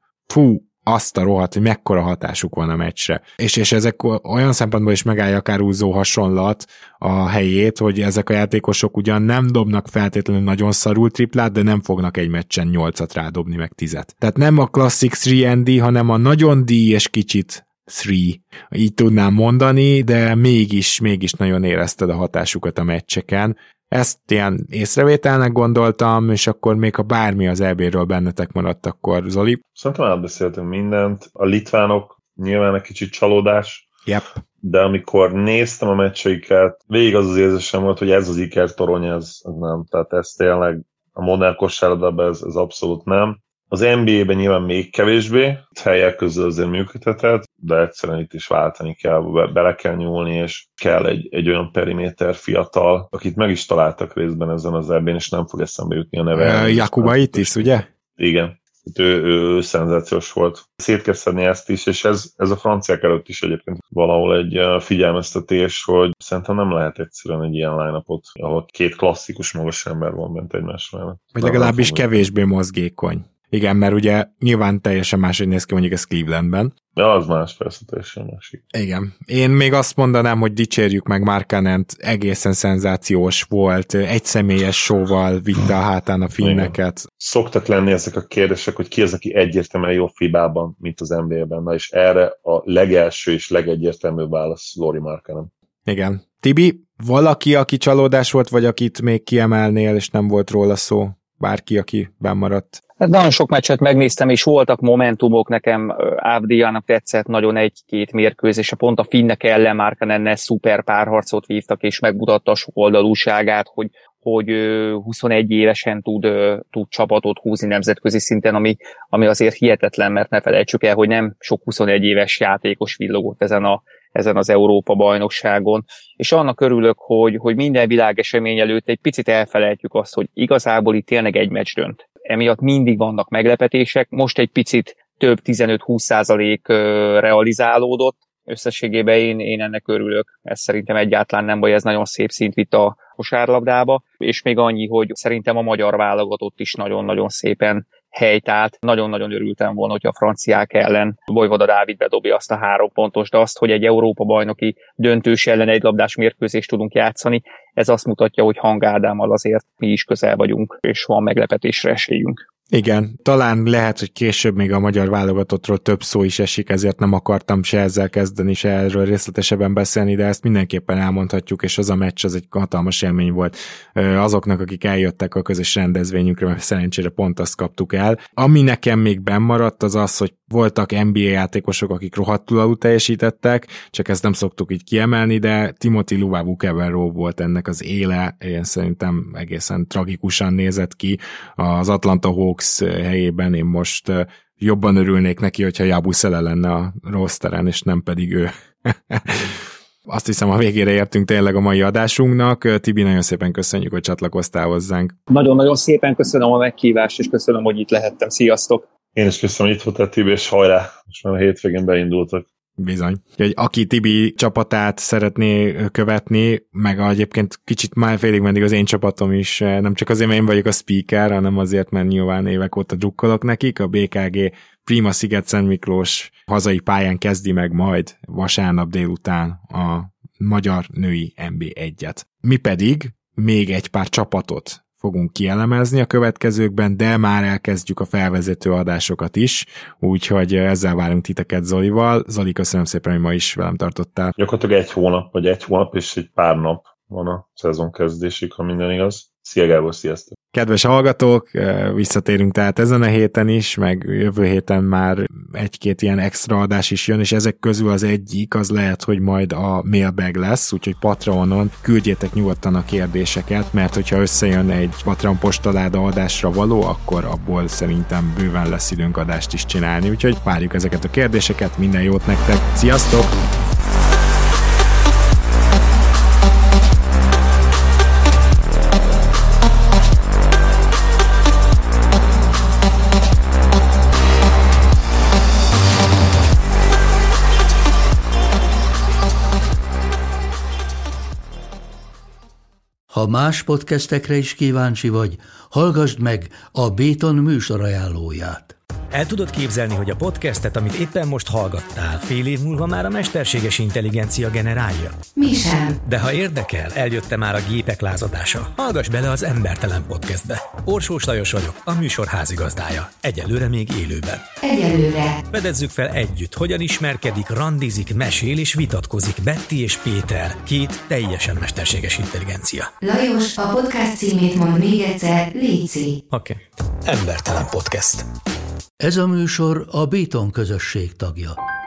azt a rohadt, hogy mekkora hatásuk van a meccsre. És ezek olyan szempontból is megállja a Caruso hasonlat a helyét, hogy ezek a játékosok ugyan nem dobnak feltétlenül nagyon szarul triplát, de nem fognak egy meccsen 8-at rádobni, meg 10-et. Tehát nem a klasszik 3&D, hanem a nagyon D és kicsit 3. Így tudnám mondani, de mégis nagyon érezted a hatásukat a meccseken. Ezt ilyen észrevételnek gondoltam, és akkor még ha bármi az EB-ről bennetek maradt, akkor Zoli? Szerintem átbeszéltünk mindent. A litvánok nyilván egy kicsit csalódás, yep. De amikor néztem a meccseiket, végig az érzésem volt, hogy ez az ikertorony, ez nem. Tehát ez tényleg a modern kosárlabdában ez abszolút nem. Az NBA-ben nyilván még kevésbé, helyek közül azért működhetett, de egyszerűen itt is váltani kell, bele kell nyúlni, és kell egy olyan periméter fiatal, akit meg is találtak részben ezen az EB-n, és nem fog eszembe jutni a neve. Jakubaitis, ugye? Igen. Ő szenzációs volt. Szét kell szedni ezt is, és ez a franciák előtt is egyébként valahol egy figyelmeztetés, hogy szerintem nem lehet egyszerűen egy ilyen line-upot, ahol két klasszikus magas ember van bent egymás mellett. Vagy legalábbis kevésbé mozgékony. Igen, mert ugye nyilván teljesen máshogy néz ki mondjuk ez Clevelandben. Ja, az más, persze, teljesen másik. Igen. Én még azt mondanám, hogy dicsérjük meg Markkanent, egészen szenzációs volt, egyszemélyes show-val vitte a hátán a finneket. Igen. Szoktak lenni ezek a kérdések, hogy ki az, aki egyértelműen jobb FIBA-ban, mint az NBA-ben. Na és erre a legelső és legegyértelműbb válasz Lauri Markkanen. Igen. Tibi, valaki, aki csalódás volt, vagy akit még kiemelnél, és nem volt róla szó? Bárki, aki bennmaradt? Hát nagyon sok meccset megnéztem, és voltak momentumok, nekem Avdijának tetszett nagyon egy-két mérkőzése, pont a finnek ellen Markkanennel szuper párharcot vívtak, és megmutatta a sokoldalúságát, hogy 21 évesen tud csapatot húzni nemzetközi szinten, ami azért hihetetlen, mert ne felejtsük el, hogy nem sok 21 éves játékos villogott ezen az Európa-bajnokságon, és annak örülök, hogy minden világesemény előtt egy picit elfelejtjük azt, hogy igazából itt tényleg egy meccs dönt. Emiatt mindig vannak meglepetések, most egy picit több 15-20% realizálódott, összességében én ennek örülök. Ez szerintem egyáltalán nem baj, ez nagyon szép szint vitt a kosárlabdába, és még annyi, hogy szerintem a magyar válogatott is nagyon-nagyon szépen helytált. Nagyon-nagyon örültem volna, hogy a franciák ellen Vojvoda Dávid bedobja azt a 3 pontos, de azt, hogy egy Európa-bajnoki döntős ellen egy labdás mérkőzést tudunk játszani, ez azt mutatja, hogy Hang Ádámmal azért mi is közel vagyunk, és van meglepetésre esélyünk. Igen, talán lehet, hogy később még a magyar válogatottról több szó is esik, ezért nem akartam se ezzel kezdeni, se erről részletesebben beszélni, de ezt mindenképpen elmondhatjuk, és az a meccs az egy hatalmas élmény volt azoknak, akik eljöttek a közös rendezvényünkre, mert szerencsére pont azt kaptuk el. Ami nekem még bennmaradt, az az, hogy voltak NBA játékosok, akik rohadtul alul teljesítettek, csak ezt nem szoktuk így kiemelni, de Timothy Luwawu-Cabarrot volt ennek az éle, én szerintem egészen tragikusan nézett ki. Az Atlanta Hawks helyében én most jobban örülnék neki, hogyha Yabusele lenne a rosteren, és nem pedig ő. Azt hiszem, a végére értünk tényleg a mai adásunknak. Tibi, nagyon szépen köszönjük, hogy csatlakoztál hozzánk. Nagyon-nagyon szépen köszönöm a meghívást, és köszönöm, hogy itt lehettem. Sziasztok! Én is köszönöm, hogy itt voltál, Tibi, és hajrá! Most már a hétvégén beindultak. Bizony. Úgyhogy aki Tibi csapatát szeretné követni, meg egyébként kicsit már félig meddig az én csapatom is, nem csak azért, mert én vagyok a speaker, hanem azért, mert nyilván évek óta drukkolok nekik. A BKG Prima Sziget-Szent Miklós hazai pályán kezdi meg majd vasárnap délután a magyar női NB1-et. Mi pedig még egy pár csapatot fogunk kielemezni a következőkben, de már elkezdjük a felvezető adásokat is, úgyhogy ezzel várunk titeket Zolival. Zoli, köszönöm szépen, hogy ma is velem tartottál. Gyakorlatilag egy hónap és egy pár nap van a szezon kezdésig, ha minden igaz. Szia Gábor, sziasztok! Kedves hallgatók, visszatérünk tehát ezen a héten is, meg jövő héten már egy-két ilyen extra adás is jön, és ezek közül az egyik az lehet, hogy majd a mailbag lesz, úgyhogy Patreonon küldjétek nyugodtan a kérdéseket, mert hogyha összejön egy Patreon postaláda adásra való, akkor abból szerintem bőven lesz időnk adást is csinálni, úgyhogy várjuk ezeket a kérdéseket, minden jót nektek, sziasztok! Ha más podcastekre is kíváncsi vagy, hallgassd meg a Béton műsor ajánlóját. El tudod képzelni, hogy a podcastet, amit éppen most hallgattál, fél év múlva már a mesterséges intelligencia generálja? Mi sem. De ha érdekel, eljött már a gépek lázadása. Hallgass bele az Embertelen Podcastbe. Orsós Lajos vagyok, a műsor házigazdája. Egyelőre még élőben. Egyelőre. Fedezzük fel együtt, hogyan ismerkedik, randizik, mesél és vitatkozik Betty és Péter, 2 teljesen mesterséges intelligencia. Lajos, a podcast címét mond még egyszer, léci. Oké. Embertelen Podcast. Ez a műsor a Béton közösség tagja.